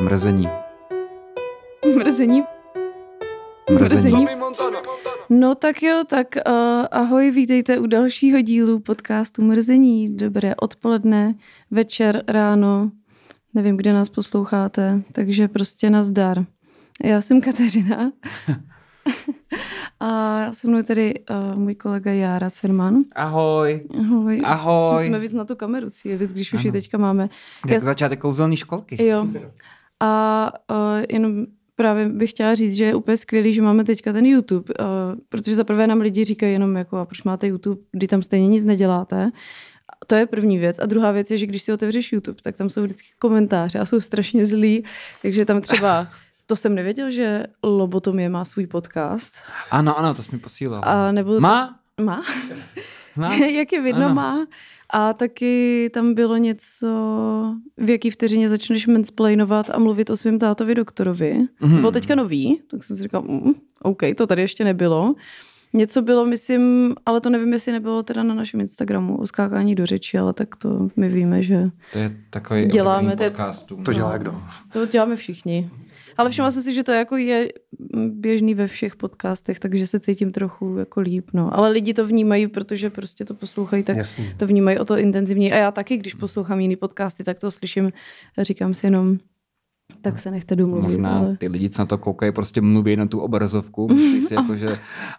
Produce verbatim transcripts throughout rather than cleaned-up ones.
Mrzení. Mrzení. Mrzení. No tak jo, tak uh, ahoj, vítejte u dalšího dílu podcastu Mrzení. Dobré odpoledne, večer, ráno, nevím, kde nás posloucháte, takže prostě nazdar. Já jsem Kateřina a se mnou tady uh, můj kolega Jára Cerman. Ahoj. Ahoj. Ahoj. Musíme víc na tu kameru cílit, když už ji teďka máme. Jak Já... začátek kouzelný školky. Jo. A uh, jenom právě bych chtěla říct, že je úplně skvělý, že máme teďka ten YouTube, uh, protože zaprvé nám lidi říkají jenom, jako, a proč máte YouTube, kdy tam stejně nic neděláte. To je první věc. A druhá věc je, že když si otevřeš YouTube, tak tam jsou vždycky komentáře a jsou strašně zlí. Takže tam třeba, to jsem nevěděl, že Lobotomie má svůj podcast. Ano, ano, to jsi mi posílal. A nebo má? Má. má? Jak je vidno, ano. Má. A taky tam bylo něco, v jaký vteřině začneš mansplainovat a mluvit o svém tátovi doktorovi. Mm. To bylo teďka nový, tak jsem si říkal, mm, OK, to tady ještě nebylo. Něco bylo, myslím, ale to nevím, jestli nebylo teda na našem Instagramu o skákání do řeči, ale tak to my víme, že to je takový děláme podcastu. To dělá kdo? To děláme všichni. Ale všimla jsem si, že to jako je běžný ve všech podcastech, takže se cítím trochu jako líp. No. Ale lidi to vnímají, protože prostě to poslouchají, tak Jasný. To vnímají o to intenzivněji. A já taky, když poslouchám jiný podcasty, tak to slyším, říkám si jenom, tak se nechte domluvit. Možná ale... ty lidi, co na to koukají, prostě mluví na tu obrazovku. Myslí si jako, že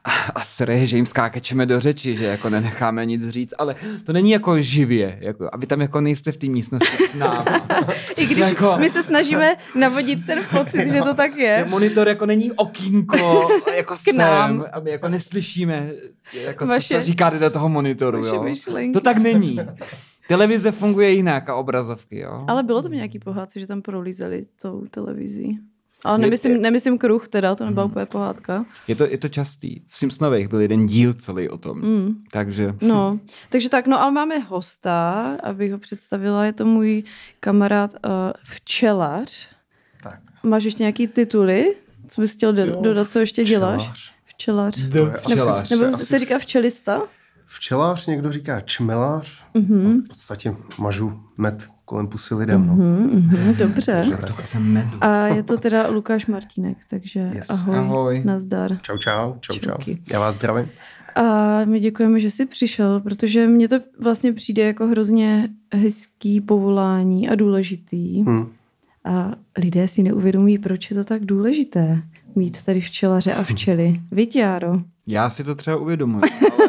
a sere, že jim skákečeme do řeči, že jako nenecháme nic říct, ale to není jako živě. Jako, a vy tam jako nejste v té místnosti s náma. I když jako... my se snažíme navodit ten pocit, že to tak je. Ten monitor jako není okýnko, jako K nám. sem, a my jako neslyšíme, jako Vaše... co, co říkáte do toho monitoru. Jo? Myšlenky. To tak není. Televize funguje jinak a obrazovky, jo. Ale bylo to v nějaký pohádce, že tam prolízeli tou televizí. Ale nemyslím, nemyslím kruh teda, to nebyla mm. úplně pohádka. Je to, je to častý. V Simpsonových byl jeden díl celý o tom. Mm. Takže... No, takže tak, no ale máme hosta, abych ho představila, je to můj kamarád uh, včelař. Tak. Máš ještě nějaký tituly? Co bys chtěl do, dodat, co ještě včelař. děláš? Včelař. Včelař. Nebo, nebo se říká včelista? Včelář, někdo říká čmelář. Mm-hmm. V podstatě mažu med kolem pusy lidem. No. Mm-hmm, dobře. Medu. A je to teda Lukáš Martínek, takže yes. ahoj, ahoj, nazdar. Čau, čau, čau, čau. Já vás zdravím. A my děkujeme, že jsi přišel, protože mně to vlastně přijde jako hrozně hezký povolání a důležitý. Hmm. A lidé si neuvědomují, proč je to tak důležité mít tady včelaře a včely. Viď, Járo? Já si to třeba uvědomuji, ale...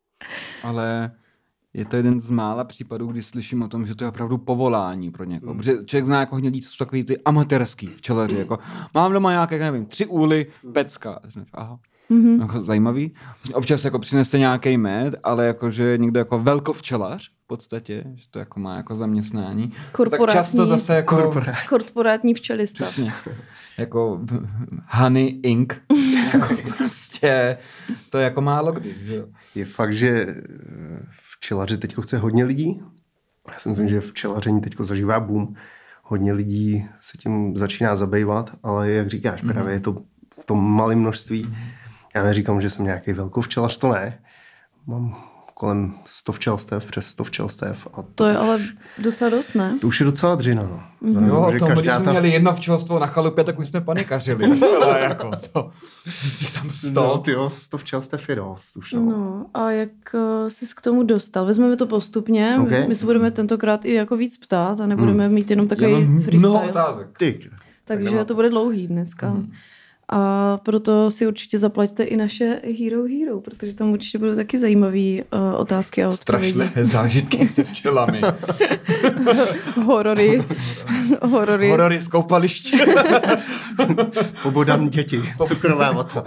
ale je to jeden z mála případů, kdy slyším o tom, že to je opravdu povolání pro někoho. Protože člověk zná jako hodně lidí, co jsou takový ty amatérský včelaři. Jako, mám doma nějaké, nevím, tři úly, pecka. Aha. Mm-hmm. Jako zajímavý. Občas jako přinese nějaký med, ale jako, že někdo jako velkovčelař v podstatě, že to jako má jako zaměstnání. Korporátní, tak často zase jako... Korporát. Korporátní včelista. Přesně. Jako Honey Incorporated. Jako prostě to je jako málo kdy. Že? Je fakt, že včelaři teď chce hodně lidí. Já si myslím, že včelaření teď zažívá boom. Hodně lidí se tím začíná zabývat, ale jak říkáš, mm. právě je to v tom malém množství. Mm. Já neříkám, že jsem nějaký velkovčelař, to ne. Mám kolem sto včelstev, přes sto včelstev. A to, to je ale docela dost, ne? To už je docela dřina, no. Mm-hmm. Jo, to, když jsme ta... měli jedno včelstvo na chalupě, tak už jsme panikařili. Celé jako to. Tam sto. No, tyjo, sto včelstev je dost už. No. no, a jak uh, jsi k tomu dostal? Vezmeme to postupně. Okay. My se budeme tentokrát i jako víc ptát a nebudeme mm. mít jenom takový freestyle. Mnoho otázek. Ty. Takže tak to bude dlouhý dneska. Mm. A proto si určitě zaplaťte i naše Hero Hero, protože tam určitě budou taky zajímavé uh, otázky a odpovědi. Strašné zážitky se včelami. Horory. Horory. Horory z koupaliště. Pobodám děti. Cukrová vata.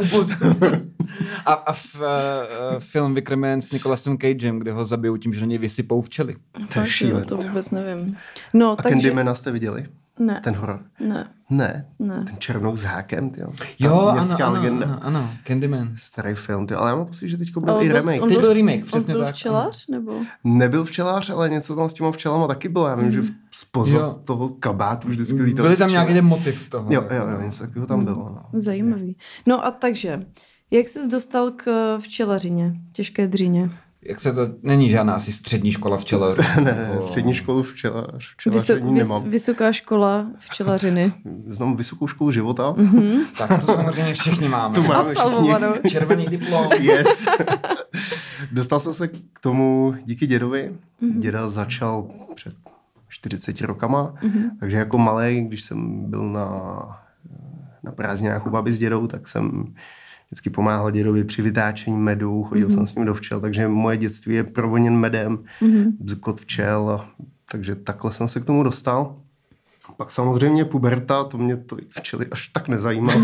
a a v, uh, film Vykrmen s Nicolasem Cagem, kde ho zabijou tím, že na něj vysypou včely. To je šílené. To vůbec nevím. No, a takže... Candymana jste viděli? Ne. Ten horor? Ne. Ne? Ne. Ten černou s hákem, tyjo. Jo, ano, ano, ano, ano, Candyman. Starý film, tyjo. Ale já mám pocit, že teďko byl ale i byl, remake. On Teď byl, byl remake, přesně tak. On byl včelař, nebo? Nebyl včelař, ale něco tam s těma včelama taky bylo. Já vím, mm. že spoza toho kabátu vždycky lítali. Byly tam nějaký ten motiv toho. Jo, jo, jo, něco takového tam bylo. No. Zajímavý. No a takže, jak jsi dostal k včelařině, těžké dřině? jak se to, není žádná asi střední škola včelařů. Ne, o... střední školu včelař, Vysok, včelaření vys, nemám. Vysoká škola včelařiny. Znám vysokou školu života. Mm-hmm. Tak to samozřejmě všichni máme. Tu máme všichni. Červený diplom. Yes. Dostal jsem se k tomu díky dědovi. Mm-hmm. Děda začal před čtyřiceti rokama, Mm-hmm. takže jako malej, když jsem byl na, na prázdninách u babi s dědou, tak jsem vždycky pomáhal dědovi při vytáčení medu, chodil mm-hmm. jsem s ním do včel, takže moje dětství je provoněn medem, mm-hmm. bzkot včel, takže takhle jsem se k tomu dostal. Pak samozřejmě puberta, to mě to včely až tak nezajímalo.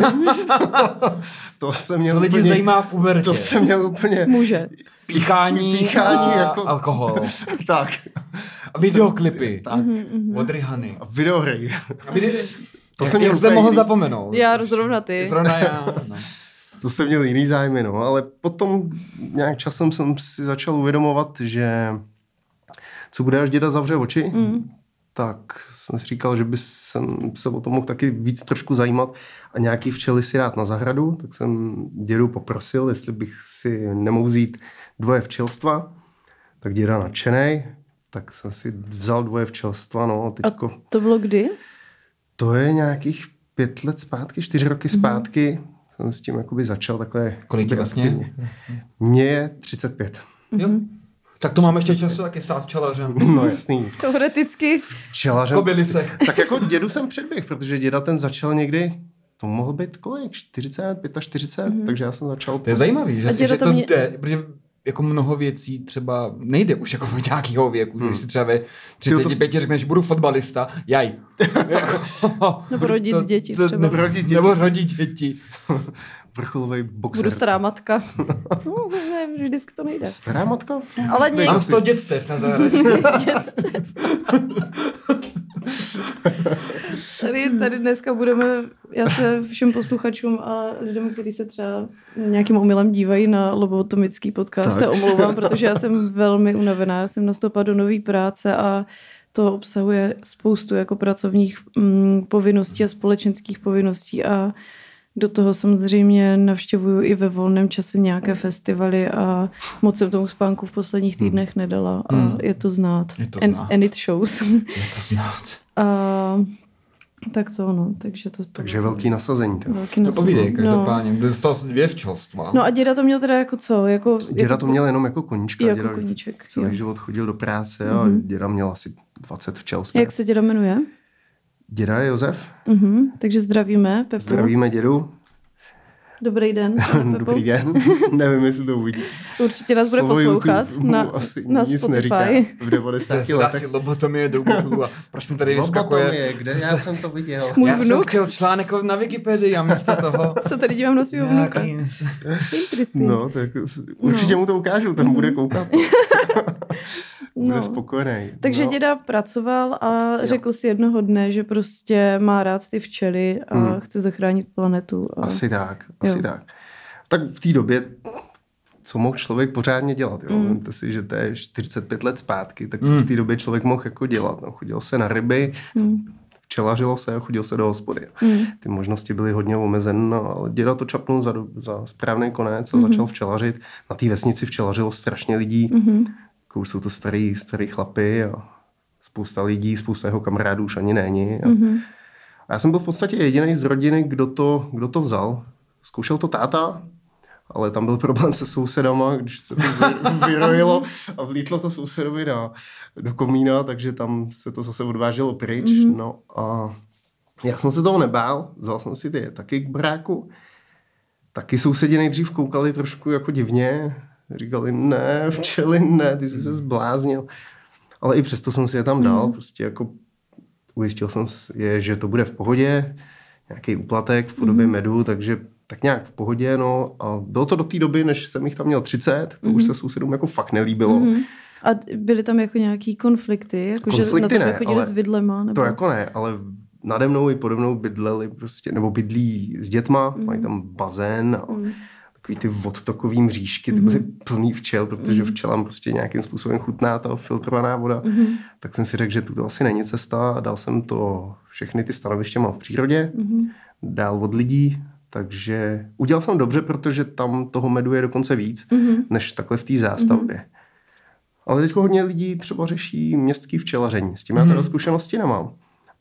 To se měl Co lidi úplně, zajímá v pubertě? To se měl úplně... Může. Píchání, Píchání a jako... alkohol. Tak. A videoklipy. Tak. Mm-hmm. Od Rihany. A videohry. A video... To jak, jsem jak jsem mohl zapomenout? Já zrovna ty. Zrovna já. No. To jsem měl jiný zájmy, no, ale potom nějak časem jsem si začal uvědomovat, že co bude, až děda zavře oči, mm. tak jsem si říkal, že by jsem se o tom mohl taky víc trošku zajímat a nějaký včely si dát na zahradu, tak jsem dědu poprosil, jestli bych si nemohl vzít dvoje včelstva, tak děda nadšenej, tak jsem si vzal dvoje včelstva, no, teďko. A to bylo kdy? To je nějakých pět let zpátky, čtyři roky mm. zpátky, jsem s tím jakoby začal takhle. Kolik je vlastně? Mně je třicet pět. Jo. Tak to máme ještě čas taky stát včelařem. No jasný. Teoreticky. Včelařem. Kobily se. Tak jako dědu jsem předběh, protože děda ten začal někdy, to mohl být kolik? čtyřicet, čtyřicet pět, mm-hmm. takže já jsem začal. To je zajímavý, že, že to, to mě... jde, protože jako mnoho věcí třeba nejde už jako v nějakého věku, hmm. když si třeba ve třiceti pěti to... řekneš, budu fotbalista, jaj. Nebo rodit to, děti to, třeba. Nebo rodit děti. Nebo rodit děti. Vrcholový boxer. Budu stará matka. No, ne, vždycky to nejde. Stará matka? Ale někdy. Mám sto dětstev na zahradě. Dětstev. Tady, tady dneska budeme, já se všem posluchačům a lidem, kteří se třeba nějakým omylem dívají na lobotomický podcast, tak se omlouvám, protože já jsem velmi unavená, já jsem nastoupila do nové práce a to obsahuje spoustu jako pracovních mm, povinností a společenských povinností a do toho samozřejmě navštěvuju i ve volném čase nějaké festivaly a moc jsem tomu spánku v posledních týdnech nedala a hmm. je to znát. Je to and, znát. And it shows. Je to znát. A tak to ono, takže to... to takže to, velký nasazení. Velký nasazení. nasazení. To povídej, každopádně. No. Dostal jsem dvě včelstva. No a děda to měl teda jako co? Jako, děda jako, to měl jenom jako koníčka. Jako děda koníček. Celý jo. život chodil do práce a mm-hmm. děda měl asi dvacet včelstev. Jak se děda jmenuje? Děda je Josef. Mm-hmm. Takže zdravíme Pepu. Zdravíme dědu. Dobrý den. Dobrý den. Nevím, jestli to uvidí. Určitě nás bude poslouchat na, asi na nic Spotify. Neříká. V devadesáti letech. Asi lobotomie do Google a proč mi tady vyskakuje? Lobotomie, kde já jsem to viděl. Můj já vnuk. jsem chtěl článek na Wikipedii a místo toho... Se tady dívám na svého vnuka. No, tak určitě no. mu to ukážu, ten mm. bude koukat. Bude no. spokojený. Takže no. děda pracoval a jo. řekl si jednoho dne, že prostě má rád ty včely a mm. chce zachránit planetu. A... Asi tak, asi jo. tak. Tak v té době, co mohl člověk pořádně dělat, jo? Mm. Vemte si, že to je čtyřicet pět let zpátky, tak co mm. v té době člověk mohl jako dělat. No, chodil se na ryby, mm. včelařilo se a chodil se do hospody. Mm. Ty možnosti byly hodně omezené, no, ale děda to čapnul za, za správný konec a mm. začal včelařit. Na té vesnici včelařilo strašně lidí. Mm. Už jsou to starý, starý chlapy a spousta lidí, spousta jeho kamarádů už ani není. A, mm-hmm. a já jsem byl v podstatě jediný z rodiny, kdo to, kdo to vzal. Zkoušel to táta, ale tam byl problém se sousedama, když se to vyrojilo a vlítlo to sousedovi na, do komína, takže tam se to zase odváželo pryč. Mm-hmm. No a já jsem se toho nebál, vzal jsem si ty taky k baráku. Taky sousedi nejdřív koukali trošku jako divně, říkali, ne, včely, ne, ty jsi se zbláznil. Ale i přesto jsem si je tam dal, mm. prostě jako ujistil jsem je, že to bude v pohodě, nějaký úplatek v podobě mm. medu, takže tak nějak v pohodě, no. A bylo to do té doby, než jsem jich tam měl třicet, to mm. už se sousedům jako fakt nelíbilo. Mm. A byly tam jako nějaký konflikty? Jako konflikty že na ne, chodili ale s vidlema? Nebo... to jako ne, ale nade mnou i pode mnou bydleli prostě, nebo bydlí s dětma, mm. mají tam bazén a mm. takový ty odtokový mřížky, ty byly mm. plný včel, protože včelám prostě nějakým způsobem chutná ta filtrovaná voda. Mm. Tak jsem si řekl, že to asi není cesta a dal jsem to, všechny ty stanoviště mám v přírodě, mm. dál od lidí, takže udělal jsem dobře, protože tam toho medu je dokonce víc, mm. než takhle v té zástavbě. Mm. Ale teď hodně lidí třeba řeší městský včelaření. S tím já teda Mhm. zkušenosti nemám.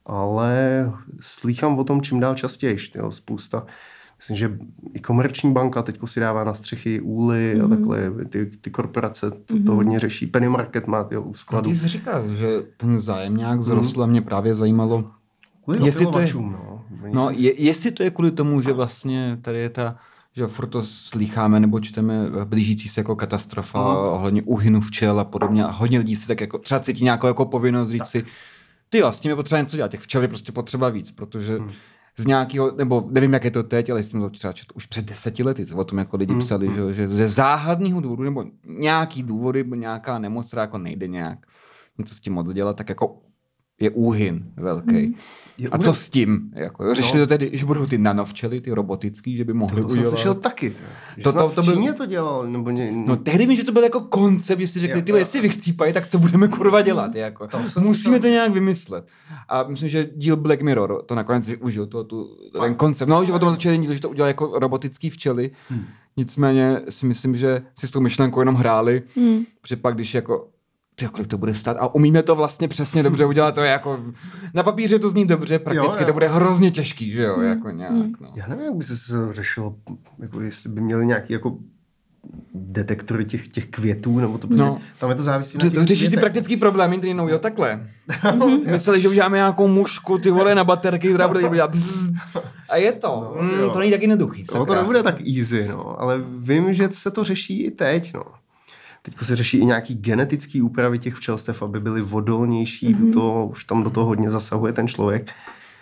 Ale slýchám o tom čím dál častěji. Jo, spousta. Myslím, že i Komerční banka teď si dává na střechy úly Mhm. a takhle. Ty, ty korporace to, to Mhm. hodně řeší. Penny Market má tyjo, u A skladu. ty jsi říkal, že ten zájem nějak zrostl a mě právě zajímalo, Kvůli jestli to je- opilovačům, no. Oni no, si- je, jestli to je kvůli tomu, že vlastně tady je ta, že furt to slýcháme nebo čteme blížící se jako katastrofa Aha. ohledně úhynu včel a podobně a hodně lidí si tak jako třeba cítí nějakou jako povinnost říct si, ty jo, s tím je potřeba něco dělat, těch včel je prostě potřeba víc, protože Hmm. z nějakého, nebo nevím, jak je to teď, ale jsem to třeba četl už před deseti lety, co o tom jako lidi Hmm. psali, že, že ze záhadného důvodu, nebo nějaký důvody, nebo nějaká nemoc, která jako nejde nějak něco s tím moc dělat, tak jako je úhyn velký. Hmm. Je A úhyn- co s tím? Jako, jo, řešili No. to tedy, že budou ty nanovčely, ty robotický, že by mohli To jsem udělat. slyšel taky. To, To- to, to- to, to v byl- Číně to dělal, nebo ně, No tehdy vím, že to byl jako koncept, jestli řekli, Jo, ty jo. jestli vychcípají, tak co budeme kurva dělat, jako. To jsem Musíme slyšel. to nějak vymyslet. A myslím, že díl Black Mirror to nakonec využil, to, tu, ten Fakt? koncept. No, že o tom začali díl, že to udělal jako robotický včely. Hmm. Nicméně si myslím, že si s tou myšlenkou jenom hráli, Hmm. protože pak, když jako ty, kolik to bude stát a umíme to vlastně přesně dobře udělat, to je jako, na papíře to zní dobře, prakticky Jo, jo. to bude hrozně těžký, že jo, Hmm. jako nějak, Hmm. no. Já nevím, jak by se to řešilo, jako jestli by měli nějaký jako detektory těch, těch květů, nebo to, protože No. tam je to závisí na Ři- těch Řešíš ty květech. praktický problémy, který no, jo, takhle. Mysleli, že uděláme nějakou mušku, ty vole, na baterky, která bude dělat bzzz. A je to. No, mm, jo. to není tak jednoduchý. No, to sakra. nebude tak easy, no, ale vím, že se to řeší i teď, no. Teď se řeší i nějaký genetický úpravy těch včelstev, aby byly odolnější, Mhm. tuto, už tam do toho hodně zasahuje ten člověk.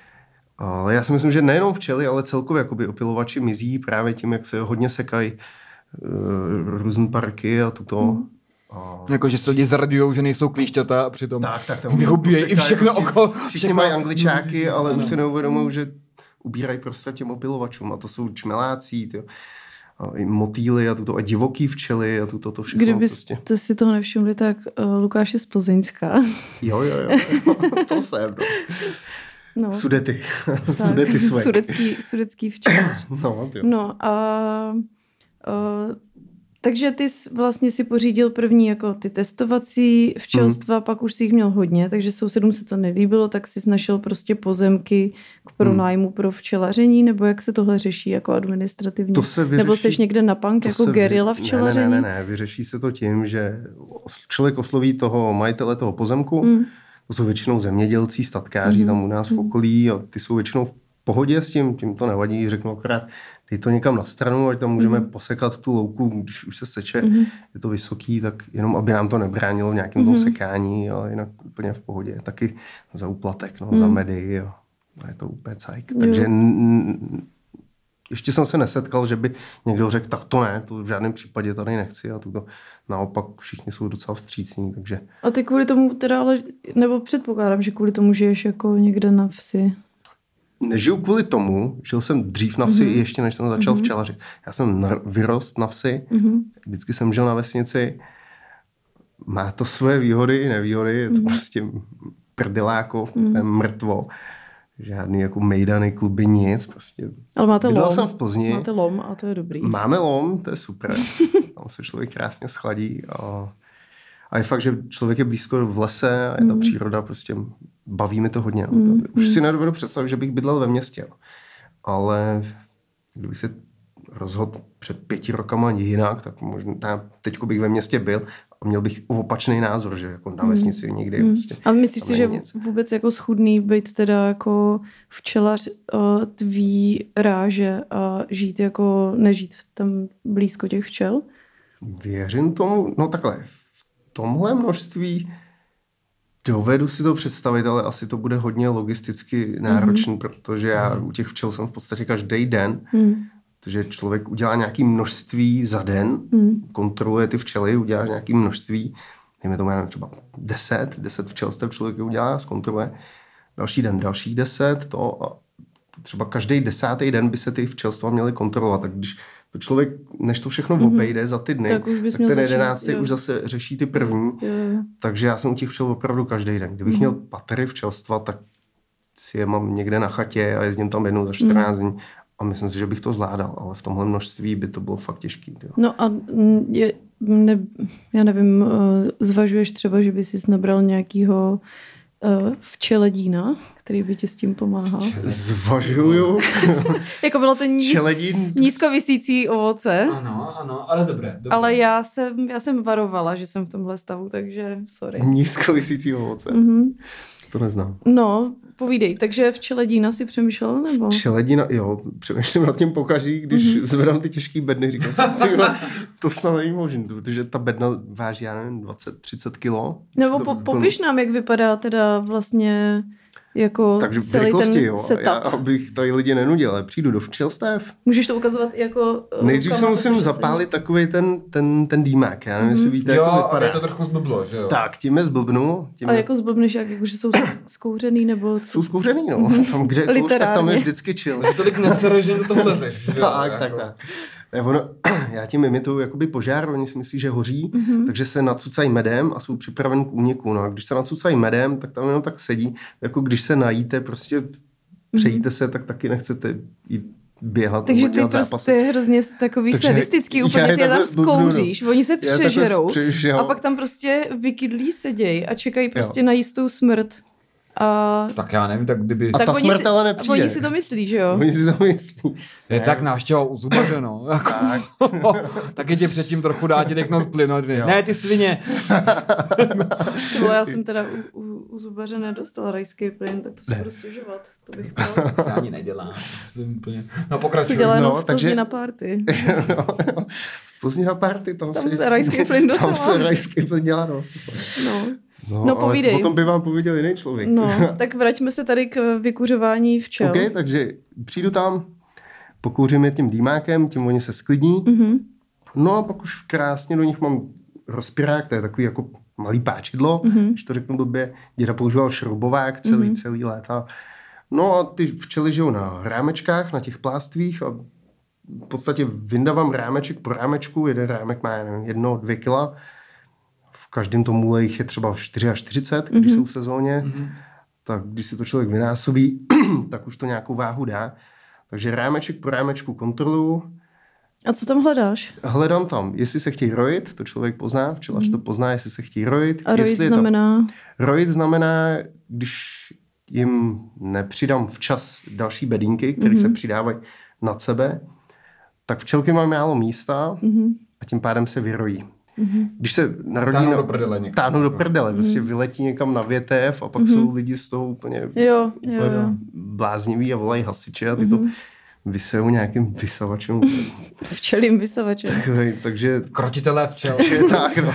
Ale já si myslím, že nejenom včely, ale celkově jakoby opilovači mizí právě tím, jak se hodně sekají uh, různé parky a tuto. Mhm. A... Jako, že se lidi zaraďujou, že nejsou klíšťata a přitom Tak, tak. Tam vyhubíjejí i posekají všechno prostě- okolo. Všichni všechno- mají angličáky, ale už Ano. si neuvědomují, že ubírají prostě těm opilovačům. A to jsou čmeláci, tyjo. A i motýly a tuto a divoký včely a tuto to všechno. Kdybyste Prostě. si toho nevšimli, tak uh, Lukáš je z Plzeňska. Jo, jo, jo. jo. To jsem, no. No, Sudety. tak. Sudety swag. Sudecký, sudecký včelař. No, tyjo. No a uh, takže ty jsi vlastně si pořídil první jako ty testovací včelstva, hmm. pak už si jich měl hodně, takže sousedům se to nelíbilo, tak jsi našel prostě pozemky k pronájmu hmm. pro včelaření, nebo jak se tohle řeší jako administrativně? To se vyřeší, nebo jsi někde na punk to jako se gerila vy- včelaření? Ne, ne, ne, ne, vyřeší se to tím, že os- člověk osloví toho majitele toho pozemku, Hmm. to jsou většinou zemědělci, statkáři Mhm. tam u nás v okolí a ty jsou většinou v pohodě s tím, tím to nevadí, řeknu akorát, dej to někam na stranu, ať tam můžeme Mhm. posekat tu louku, když už se seče, Mhm. je to vysoký, tak jenom aby nám to nebránilo v nějakém tom Mhm. sekání, ale jinak úplně v pohodě. Taky za úplatek, no, Mhm. za medy a, a je to úplně cajk. Jo. Takže n- ještě jsem se nesetkal, že by někdo řekl, tak to ne, to v žádném případě tady nechci a tuto naopak všichni jsou docela vstřícní, takže A ty kvůli tomu teda ale, nebo předpokládám, že kvůli tomu žiješ jako někde na vsi. nežiju kvůli tomu, žil jsem dřív na vsi, Mhm. mm-hmm. ještě než jsem začal Mhm. mm-hmm. včelařit. Já jsem nar- vyrost na vsi, Mhm. vždycky jsem žil na vesnici, má to své výhody i nevýhody, je to Mhm. prostě prdeláko, Mhm. mrtvo, žádný jako mejdany, kluby, nic, prostě. Ale máte Bydlel lom. jsem v Plzni. Máte lom a to je dobrý. Máme lom, to je super. Tam se člověk krásně schladí. A, a je fakt, že člověk je blízko v lese a je ta Mm. příroda prostě, baví mi to hodně. No. Mm, Už mm. si nedovedu představit, že bych bydlel ve městě. No. Ale kdybych se rozhodl před pěti rokama jinak, tak možná teď bych ve městě byl a měl bych opačný názor, že jako na Mm. vesnici nikdy. Mm. Prostě, A myslíš tam si, že není nic. vůbec jako schudný být teda jako včelař uh, tvý ráže a žít jako, nežít tam blízko těch včel? Věřím tomu, no takhle, v tomhle množství dovedu si to představit, ale asi to bude hodně logisticky náročný, mm-hmm. protože já u těch včel jsem v podstatě každý den, Hmm. protože člověk udělá nějaké množství za den, Hmm. kontroluje ty včely, udělá nějaké množství, dejme tomu, já nevím, třeba deset, deset včelstev člověk udělá, zkontroluje, další den dalších deset, to a třeba každý desátý den by se ty včelstva měly kontrolovat, tak když to člověk, než to všechno Mhm. obejde za ty dny, Tak už bys tak měl ten začít, jedenáctý jo. už zase řeší ty první, Jo, jo. takže já jsem u těch včel opravdu každý den. Kdybych Mhm. měl patery včelstva, tak si je mám někde na chatě a jezdím tam jednou za čtrnáct dní a myslím si, že bych to zvládal, ale v tomhle množství by to bylo fakt těžký. Tyjo. No a mm, je, ne, já nevím, uh, zvažuješ třeba, že by jsi nabral nějakýho uh, včeledína, který by ti s tím pomáhal? Zvažuju. Jako bylo to níz, Čeledín. nízkovisící ovoce. Ano, ano, ale dobré. dobré. Ale já jsem, já jsem varovala, že jsem v tomhle stavu, takže sorry. Nízkovisící ovoce. Mm-hmm. To neznám. No, povídej, takže včeledína si přemýšlel, nebo? Čeledina, jo, přemýšlím nad tím pokaždý, když mm-hmm. zvedám ty těžký bedny, říkám si, tyhle, to snad není možné, protože ta bedna váží, já nevím, dvacet třicet kilo. Nebo po, popiš nám, jak vypadá teda vlastně jako takže celý rychlosti, ten jo, setup. já, abych tady lidi nenudil, ale přijdu do včelstev. Můžeš to ukazovat jako... Nejdřív se musím zapálit takový ten, ten, ten dýmák, já nevím, mm-hmm. jestli víte, jo, jak to vypadá. Jo, je to trochu zblblo, že jo? Tak, tím je zblbnu. Tím a je... jako zblbneš, jak, jako, že jsou zkouřený, nebo... Co? Jsou zkouřený, no. Mm-hmm. Tam, kde je kouř, tak tam je vždycky chill. Takže tolik nesereš, že do toho lezeš, že jo? Tak, jako. tak, tak. Ne, ono, já tím imituju jakoby požár, oni si myslí, že hoří, mm-hmm. takže se nacucají medem a jsou připraveni k úniku. No a když se nacucají medem, tak tam jenom tak sedí. Jako když se najíte, prostě přejíte mm-hmm. se, tak taky nechcete jít běhat. Takže ty prostě hrozně takový takže sadistický, úplně ty je tam zkouříš, no. Oni se přežerou a pak tam prostě vykydlí seděj a čekají prostě jo. na jistou smrt. A... Tak já nevím, tak kdyby... A tak ta oni smrt si, ale nepřijde. Oni si to myslí, že jo? Oni si to myslí. Je ne. Tak návštěva u zubaře, no. Jako, tak. Taky tě předtím trochu dá ti deknout plyn. Ne, ty svině. Bylo, já jsem teda u, u, u zubaře nedostala rajský plyn, tak to se budu stěžovat. To bych chtěla. To se ani nedělá. No pokračuj. Se dělá jenom no, v Plzni na party. no, no. V Plzni na party, tam, tam se... rajský plyn docela. Tam se rajský plyn dělá dost. No. No, no povídej. Ale potom by vám pověděl jiný člověk. No, tak vraťme se tady k vykuřování včel. OK, takže přijdu tam, pokouřím je tím dýmákem, tím oni se sklidní. Mm-hmm. No a pak už krásně do nich mám rozpirák, to je takový jako malý páčidlo, mm-hmm. když to řeknu blbě. Děda používal šroubovák celý, mm-hmm. celý léta. No a ty včely žijou na rámečkách, na těch pláství a v podstatě vyndávám rámeček po rámečku, jeden rámek má nevím, jedno, dvě kila. V každém tom můle jich je třeba čtyřicet až čtyřicet, když mm-hmm. jsou v sezóně. Mm-hmm. Tak když si to člověk vynásobí, tak už to nějakou váhu dá. Takže rámeček po rámečku kontroluju. A co tam hledáš? Hledám tam, jestli se chtějí rojit, to člověk pozná, včelař mm. to pozná, jestli se chtějí rojit. A rojit znamená? Tam... Rojit znamená, když jim nepřidám včas další bedínky, které mm-hmm. se přidávají nad sebe, tak včelky mají málo místa mm-hmm. a tím pádem se vyrojí. Mm-hmm. Když se narodí... Táhnou na... do prdele někam. Táhnou do prdele, mm-hmm. prostě vyletí někam na větev a pak mm-hmm. jsou lidi z toho úplně, jo, úplně jo, jo. blázniví a volají hasiče a ty mm-hmm. to vysejou nějakým vysavačem. Včelým vysavačem. Takový, takže... Krotitelé včel. Takže tak, no.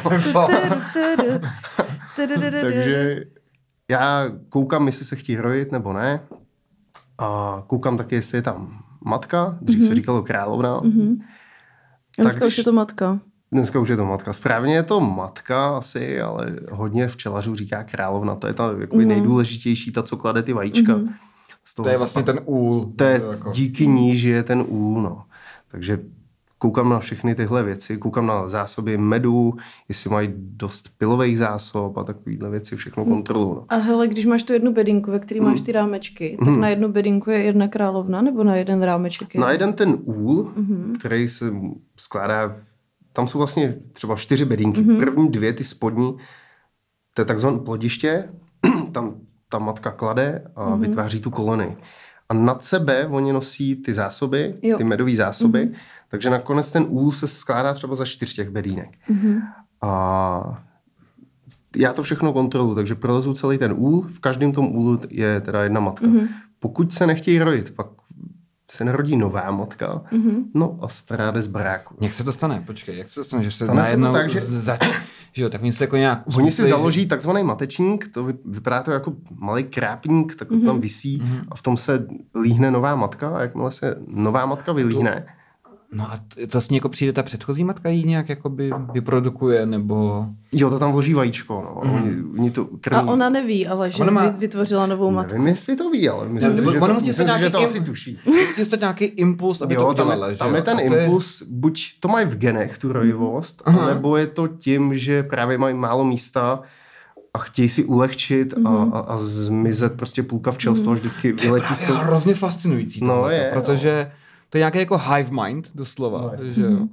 Takže já koukám, jestli se chtějí rojit nebo ne. A koukám taky, jestli je tam matka. Dřív mm-hmm. se říkalo královna. Mm-hmm. Dneska tak, už je to matka. Dneska už je to matka. Správně je to matka asi, ale hodně včelařů říká královna. To je ta jakoby, mm-hmm. nejdůležitější, ta, co klade ty vajíčka. Mm-hmm. To je vlastně ten úl. To je jako... díky ní, že je ten úl. No. Takže koukám na všechny tyhle věci. Koukám na zásoby medu, jestli mají dost pilových zásob a takovýhle věci, všechno kontroluju. No. A hele, když máš tu jednu bedinku, ve který máš ty rámečky, tak mm. na jednu bedinku je jedna královna, nebo na jeden rámeček je? Na jeden ten úl, mm. který se skládá, tam jsou vlastně třeba čtyři bedinky. Mm. První dvě, ty spodní, to je takzvané plodiště, tam ta matka klade a mm. vytváří tu kolonii. A nad sebe oni nosí ty zásoby, jo. ty medové zásoby, mm. takže nakonec ten úl se skládá třeba za čtyř těch bedínek. Mm. A já to všechno kontroluji, takže prolezu celý ten úl, v každém tom úlu je teda jedna matka. Mm. Pokud se nechtějí rojit, pak se narodí nová matka, mm-hmm. no a stará jde z baráku. Jak se to stane? Počkej, jak se to stane, že se stane najednou se tak, že... zač... Že jo, tak oni se jako nějak... Oni si založí takzvaný matečník, to vypadá to jako malý krápník, tak mm-hmm. tam visí mm-hmm. a v tom se líhne nová matka a jakmile se nová matka vylíhne... No a to s ní jako přijde ta předchozí matka, ji nějak jakoby vyprodukuje, nebo... Jo, to tam vloží vajíčko, no. Mm. Oni, oni to krmí. A ona neví, ale že má... vytvořila novou matku. Nevím, jestli to ví, ale myslím, si, že, to, myslím si, že to im... asi tuší. Musí dostat nějaký impuls, aby jo, to udělala, že tam je ten impuls, je... buď to mají v genech, tu rojivost, mm. nebo je to tím, že právě mají málo místa a chtějí si ulehčit mm. a, a, a zmizet prostě půlka včelstva, mm. vždycky vyletí z toho. To je hrozně fascinující, no, je, protože... To je nějaký jako hive mind, doslova, no, že jo.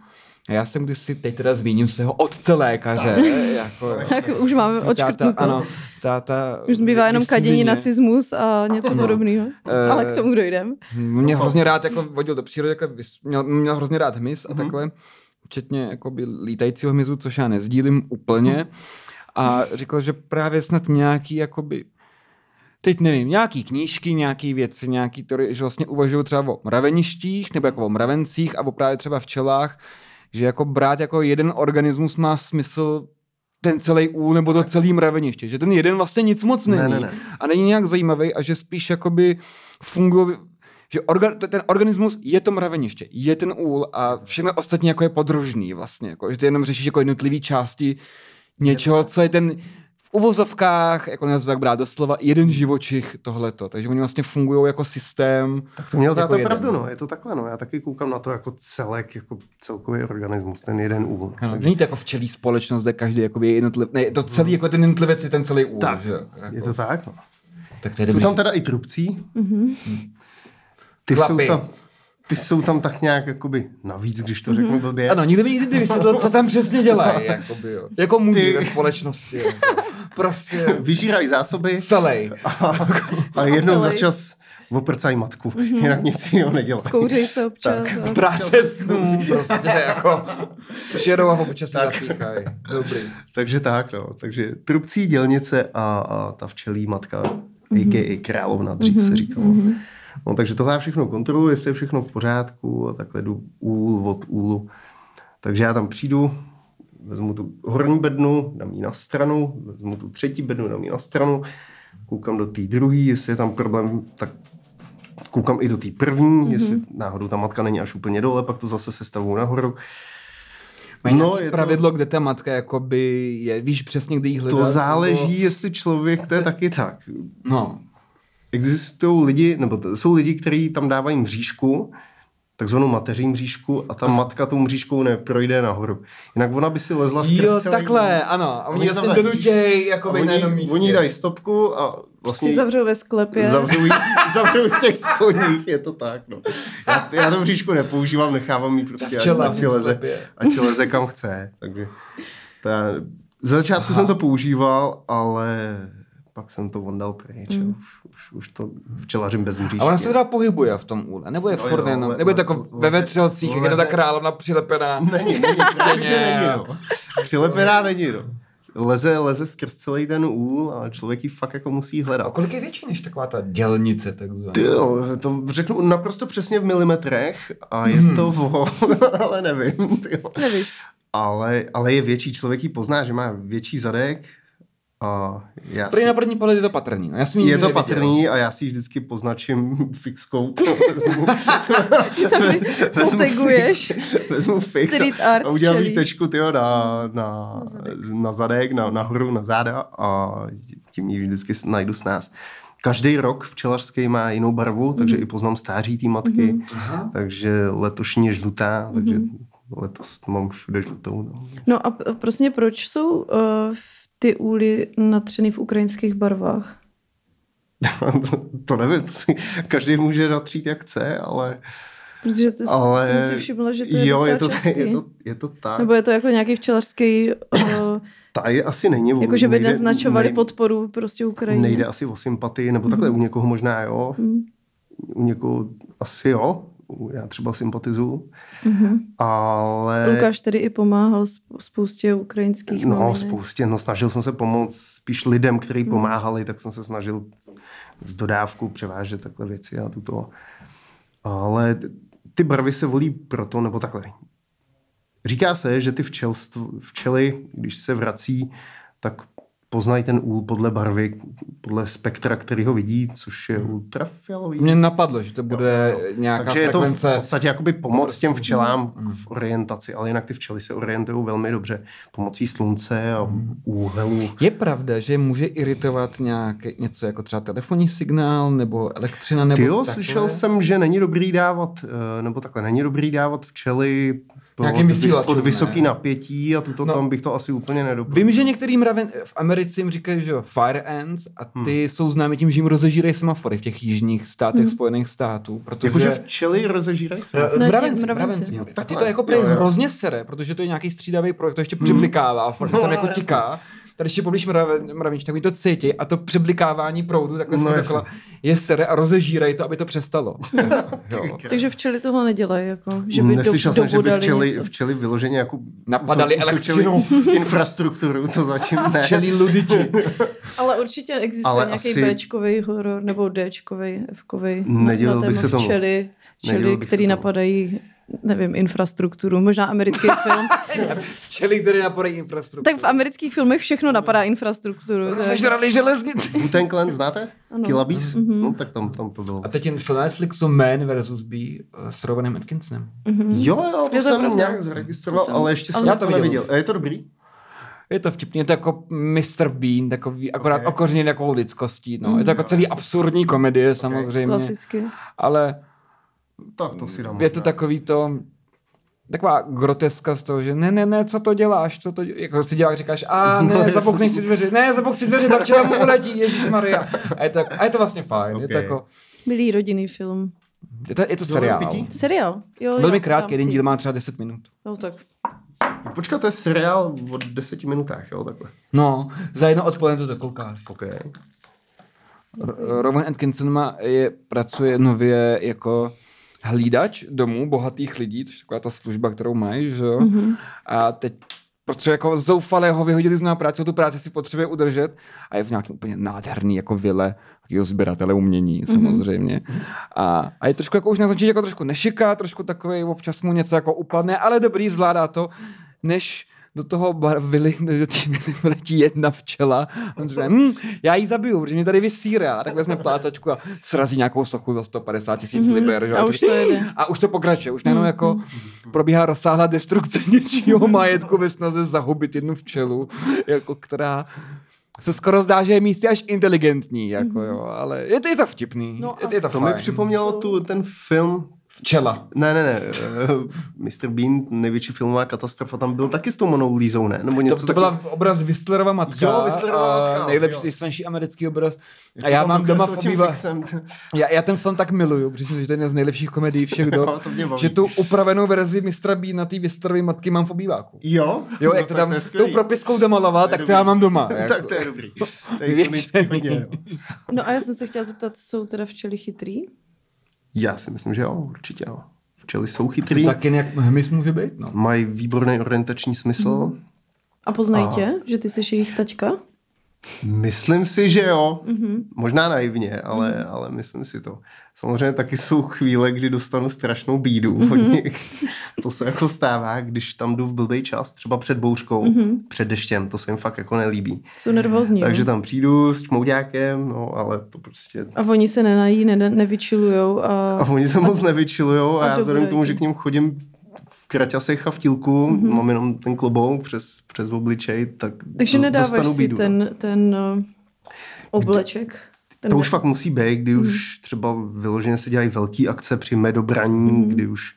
Já jsem kdysi, teď teda zmíním svého otce lékaře. Jako, Tak už máme odškrtnuto. Ano, táta... Už zbývá jenom kadění, vysvině. nacismus a něco No. podobného. Eh, Ale k tomu dojdem. Mě hrozně rád jako vodil do přírody, jako vys- měl, měl hrozně rád hmyz a Mhm. takhle, včetně jakoby lítajícího hmyzu, což já nezdílím úplně. A říkal, že právě snad nějaký jakoby teď nevím, nějaký knížky, nějaký věci, nějaký teorie, že vlastně uvažují třeba o mraveništích, nebo jako o mravencích, a o právě třeba včelách, že jako brát jako jeden organismus má smysl ten celý úl nebo to celý mraveniště, že ten jeden vlastně nic moc není Ne, ne, ne. a není nějak zajímavý a že spíš jakoby funguje, že orga, ten organismus je to mraveniště, je ten úl a všechno ostatní jako je podružný vlastně, jako, že ty jenom řešíš jako jednotlivý části něčeho, co je ten v uvozovkách, jako nelze tak brát doslova, jeden živočich tohleto. Takže oni vlastně fungují jako systém. Tak to měl jako táta jeden. pravdu, no, je to takhle, no. Já taky koukám na to jako celek, jako celkový organismus, ten jeden úl. No, Takže- není to jako včelí společnost, kde každý jakoby je jednotlivý, ne, to celý, jako ten jednotlivec je ten celý úl, Tak, že? Jako, je to tak, no. tak to je Jsou dobrý. tam teda i trubcí. Mhm. Ty Chlapy. jsou tam, ty jsou tam tak nějak jakoby navíc, když to řeknu blbě. Ano, nikdo mi nikdy nevysvětlil, co tam přesně dělají, jakoby, jo. Jako muži Ty- ve společnosti. Jako. Prostě Vyžírají zásoby felej. a, a jednou za Felej. čas oprcají matku. Jinak nic jiného nedělají. Zkouřej se občas. a- Práce snů, prostě jako žerou a občas se Tak. zapíchají. Dobrý. Takže tak, no. Takže trubcí, dělnice a, a ta včelí matka, mm-hmm. a k a královna, dřív mm-hmm. se říkalo. Mm-hmm. No, takže tohle já všechno kontroluji, jestli je všechno v pořádku a takhle jdu úl od úlu. Takže já tam přijdu, vezmu tu horní bednu, dám ji na stranu, vezmu tu třetí bednu, dám ji na stranu, koukám do té druhé, jestli je tam problém, tak koukám i do té první, mm-hmm. jestli náhodou ta matka není až úplně dole, pak to zase sestavuju nahoru. Mají No, nějaký je to- pravidlo, kde ta matka jakoby je, víš přesně, kde jí hledat? To záleží, Nebo... jestli člověk, to je taky tak. No. Existují lidi, nebo t- jsou lidi, kteří tam dávají mřížku, takzvanou mateří mřížku, a ta matka tou mřížkou neprojde nahoru. Jinak ona by si lezla skrz Jo, celý takhle, úl. ano. A oni Oni vlastně tam dají donutěj, A jakoby na jednom oni, místě. oni dají stopku a vlastně Si zavřou ve sklepě. zavřou jí- zavřou v těch spodních, je to tak. No. Já, já tu mřížku nepoužívám, nechávám ji prostě, včela ať si, v leze, sklepě. ať si leze kam chce. Takže ta, za začátku Aha. jsem to používal, ale pak jsem to ondal pryč. Mm. Už, už, už to včelařím bez mřížky. A ona se teda pohybuje v tom úle, nebo je No furt jo, jenom, le- nebo je to le- jako leze- ve vetřelcích, je to ta leze- královna přilepená. Není, není, Stěně. že není, no. Přilepená není, no. Leze, leze skrz celý ten úl a člověk ji fakt jako musí A hledat. kolik je větší než taková ta dělnice, takzvaná? Ty jo, to řeknu naprosto přesně v milimetrech a je Hmm. to o, ale nevím, ty jo. Nevíš. Ale, ale je větší, člověk ji pozná, že má větší zadek a já Prý si, na první pohled je to patrný. No, já jsem ji je nikdy to neviděl. patrný a já si ji vždycky poznačím fixkou. vezmu, Tam poteguješ. vezmu fix Street a, art a udělám jí včelí. tečku tyjo, na, na, Na zadek. na zadek, na, nahoru, na záda a tím ji vždycky najdu s nás. Každý rok včelařský má jinou barvu, takže Mhm. i poznám stáří té matky. Aha. Takže letošní je žlutá, takže letos to mám všude žlutou. No. No a p- prostě proč jsou uh, ty úly natřeny v ukrajinských barvách? to, to nevím, to si každý může natřít jak chce, ale, Protože to ale jsem si všimla, že to je jo, docela je to, častý. je, to, je to tak. Nebo je to jako nějaký včelařský, uh, Tady asi není. jako že by nejde- naznačovali nejde- podporu prostě Ukrajině. Nejde asi o sympatii, nebo takhle u někoho možná jo, Mm. u někoho asi jo, já třeba sympatizuju, Mhm. ale... Lukáš tedy i pomáhal sp- spoustě ukrajinských No, maminek. spoustě, no snažil jsem se pomoct spíš lidem, kteří pomáhali, tak jsem se snažil z dodávku převážet takhle věci a tuto. Ale ty barvy se volí proto, nebo takhle. Říká se, že ty včelstv, včely, když se vrací, tak poznají ten úl podle barvy, podle spektra, který ho vidí, což je ultrafialový. Mě napadlo, že to bude Jo, jo. nějaká Takže je to v frekvence. podstatě jakoby pomoc těm včelám v orientaci, ale jinak ty včely se orientují velmi dobře pomocí slunce a úhelu. Je pravda, že může iritovat nějaké, něco jako třeba telefonní signál nebo elektřina nebo Ty jo, takhle? slyšel jsem, že není dobrý dávat, eh, nebo takhle, není dobrý dávat včely Nějakým vysílačům, pod vysoký ne? napětí a tuto No. tam bych to asi úplně nedoplnil. Vím, že některý mraven v Americe jim říkají, že jo, fire ants a ty hmm. jsou známy tím, že jim rozežírají semafory v těch jižních státech hmm. Spojených států. Protože... Jakože včely rozežírají se. Uh, mravenci, mravenci. mravenci. Jo, A ty to jako prej hrozně sere, protože to je nějaký střídavý projekt, to ještě přeblikává, furt No, tam jako jasně. tiká. Tady ještě poblíž mravenčí, tak oni to cítí a to přeblikávání proudu takhle No, no, dokola je sere a rozežírají to, aby to přestalo. jo. Takže včely tohle nedělají, jako, že by Neslyšel do, jsem, že by dobudali včely, něco. včely vyloženě jako Napadali to- elektřinou. utočili infrastrukturu, to zatím ne. Včelí ludiči. Ale určitě existuje Ale nějaký asi- Bčkový horor nebo Dčkový, Fkový. Nedělal na bych téma se tomu. Včely, Nedělal včely bych který se tomu. napadají, nevím, infrastrukturu, možná americký film. Včely, které napadají infrastrukturu. Tak v amerických filmech všechno napadá infrastrukturu. to je- Rozežrali železnici. Wu-Tang Clan znáte? Ano. Killabis? Mhm. No tak tam, tam to bylo. A teď jen film na Netflixu Man versus Bee s Rowanem Atkinsonem. Mhm. Jo, jo, to Je to jsem pravda. nějak zaregistroval, To jsem- ale ještě ale jsem já to to viděl. neviděl. A je to dobrý? Je to vtipný, je to jako mister Bean, takový akorát Ok. okořeněný jako lidskostí. No. Je to jako celý absurdní komedie samozřejmě, Klasicky. ale Tak to si dám. je to možná. takový to, taková groteska z toho, že ne, ne, ne, co to děláš, co to děláš? Jako si dělá, říkáš, a ne, No, no, zabouknej si dveře, ne, zabouk si dveře, ta včela mu uletí, ježišmarja. A je to, a je to vlastně fajn, Ok. je to jako, Milý rodinný film. je to, je to Jo, seriál. pití? Seriál? Jo, Velmi jo, krátký, dám jeden si. díl má třeba deset minut. No tak. Počkat, to je seriál o deseti minutách, jo, takhle. No, za jedno odpoledne to dokoukáš. OK. R- Rowan Atkinson má, je, pracuje nově jako hlídač domů bohatých lidí, což je taková ta služba, kterou mají, že jo? Mm-hmm. A teď protože jako zoufale ho vyhodili z mého práce, tu práci si potřebuje udržet a je v nějakém úplně nádherný jako vile takového sběratele umění samozřejmě. A, a je trošku jako už naznačit, jako trošku nešiká, trošku takový, občas mu něco jako upadne, ale dobrý, zvládá to, než do toho bar vily, do té vily letí jedna včela. On říká, hm, já ji zabiju, protože mě tady vysírá. Tak vezme plácačku a srazí nějakou sochu za sto padesát tisíc mm-hmm. liber. Že? A už to jede. A už to pokračuje. Už najednou mm-hmm. jako probíhá rozsáhlá destrukce něčího majetku ve snaze zahubit jednu včelu, jako která se skoro zdá, že je místě až inteligentní, jako jo, ale je to, je to vtipný. No je, a je to, To mi fajn. připomnělo tu, ten film, Včela. ne, ne, ne, uh, mister Bean, největší filmová katastrofa, tam byl taky s tou Monou Lízou, ne? Nebo něco To, to byla obraz Whistlerova matka. Jo, Whistlerova matka, a nejlepší, jo. nejslavnější americký obraz. Jak A to já tam mám doma v dokreslil tím obývá... fixem. Já, já ten film tak miluju, protože že to je jedna z nejlepších komedií všech dob. Jo, to mě baví. Že tu upravenou verzi mistra Bean na té Whistlerovy matky mám v obýváku. Jo? Jo, jak No, to tak tam je tou skvělý. propiskou domaloval, To je tak to já dobrý. mám doma. Tak jako. to je dobrý. To je Víš, ikonický hodně, no. No a já jsem se chtěla zeptat, jsou teda včely chytrý? Já si myslím, že jo, určitě jo. Včely jsou To chytrý, taky jak hmyz může být, no. mají výborný orientační smysl. A poznají Aha. tě, že ty jsi jejich taťka? Myslím si, že jo. Mhm. Možná naivně, ale, Mhm. ale myslím si to. Samozřejmě taky jsou chvíle, kdy dostanu strašnou bídu Mhm. od nich. To se jako stává, když tam jdu v blbej čas, třeba před bouřkou, Mhm. před deštěm, to se jim fakt jako nelíbí. Jsou nervózní. Takže jo? tam přijdu s čmouďákem, no ale to prostě... A oni se nenají, ne, nevyčilujou. A... A oni se moc nevyčilujou a a já vzhledem k tomu, že dobré. k ním chodím v kraťasech a v tílku, Mhm. mm-hmm. mám jenom ten klobouk přes, přes obličej, tak Takže do- nedáváš dostanu si bídu. ten, ten uh, obleček. Ten To už fakt musí být, kdy Mhm. už třeba vyloženě se dělají velké akce při medobraní, Mhm. kdy už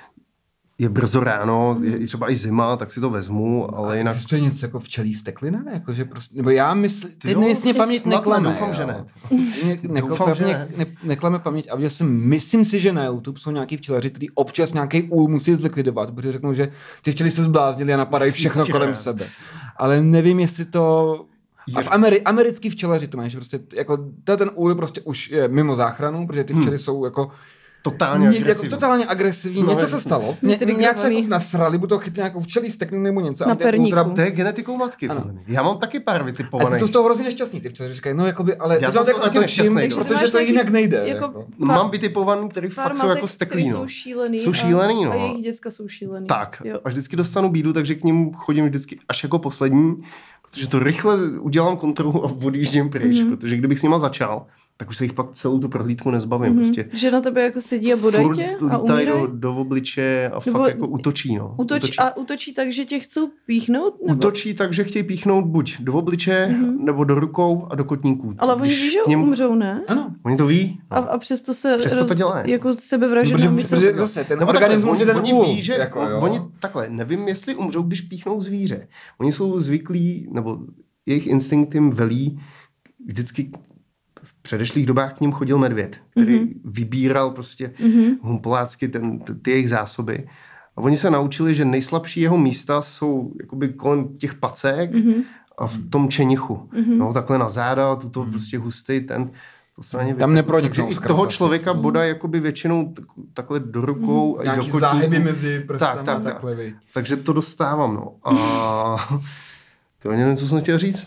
je brzo ráno, je i třeba i zima, tak si to vezmu, ale jinak... Existuje něco jako včelí steklina? Jako, že prostě, nebo já myslím, Ty teď jo, nejsně paměť snad ne, neklame. doufám, jo. že ne. Ne, neko, Doufám, že ne, ne. ne, neklame paměť, a jsem, myslím si, že na YouTube jsou nějaký včelaři, kteří občas nějaký úl musí zlikvidovat, protože řeknou, že ty včely se zbláznili a napadají všechno kolem Krás. sebe. Ale nevím, jestli to... A v Ameri- americký včelaři to mají, že prostě jako ten úl prostě už je mimo záchranu, protože ty včely hmm. jsou jako Totálně Ně, jako agresivní. totálně agresivní, No, něco je- se stalo, Ně, nějak se jako nasrali, buď to chytli nějakou včelí steknu nebo něco. Na a ten úl perníku. teda- To je genetikou matky. Ano. podle mě. Já mám taky pár A vytipovaných. jsou z toho hrozně nešťastní, ty včely říkají, no jakoby, ale Já to jsem tam z toho tak taky natočím, nešťastný, no. protože máš to taky- jinak nejde. jako- Jako. Mám vytipovaný, který Pár fakt jsou matek, jako steklý, který no. jsou šílený. Jsou šílený, a, no. A jejich děcka jsou šílený. Tak, Jo. a vždycky dostanu bídu, takže k ním chodím vždycky až jako poslední, protože to rychle udělám kontrolu a odjíždím pryč, Mhm. protože kdybych s nima začal, tak už se jich pak celou tu prohlídku nezbavím. Mm-hmm. Prostě že na tebe jako sedí a bodají tě a umírají? do, do obliče a Nebo fakt jako útočí. No. Útoč, útočí. A útočí tak, že tě chcou píchnout? Nebo? Útočí tak, že chtějí píchnout buď do obliče, mm-hmm. nebo do rukou a do kotníků. Ale oni ví, že něm... umřou, ne? Ano. Oni to ví. No. A, a přesto se přesto roz... to dělají. Jako sebevražedná no, mysl. Protože zase ten nebo organismus takhle, je oni, ten oni úl. ví, že jako, oni takhle, nevím, jestli umřou, když píchnou zvíře. Oni jsou zvyklí, nebo jejich instinkt jim velí vždycky v předešlých dobách k ním chodil medvěd, který mm-hmm. vybíral prostě mm-hmm. humpolácky ten, ty jejich zásoby. A oni se naučili, že nejslabší jeho místa jsou jakoby kolem těch pacek mm-hmm. a v tom čenichu. Mm-hmm. No, takhle na záda, tuto mm-hmm. prostě hustý ten, to se na ně tam neproniknou. Takže i toho člověka boda jakoby většinou takhle do rukou mm-hmm. a nějaký do kotníku. záhyby mezi prstama. Tak, tak, tak. Takhle. Takže to dostávám, no. A to nevím, co jsem chtěl říct.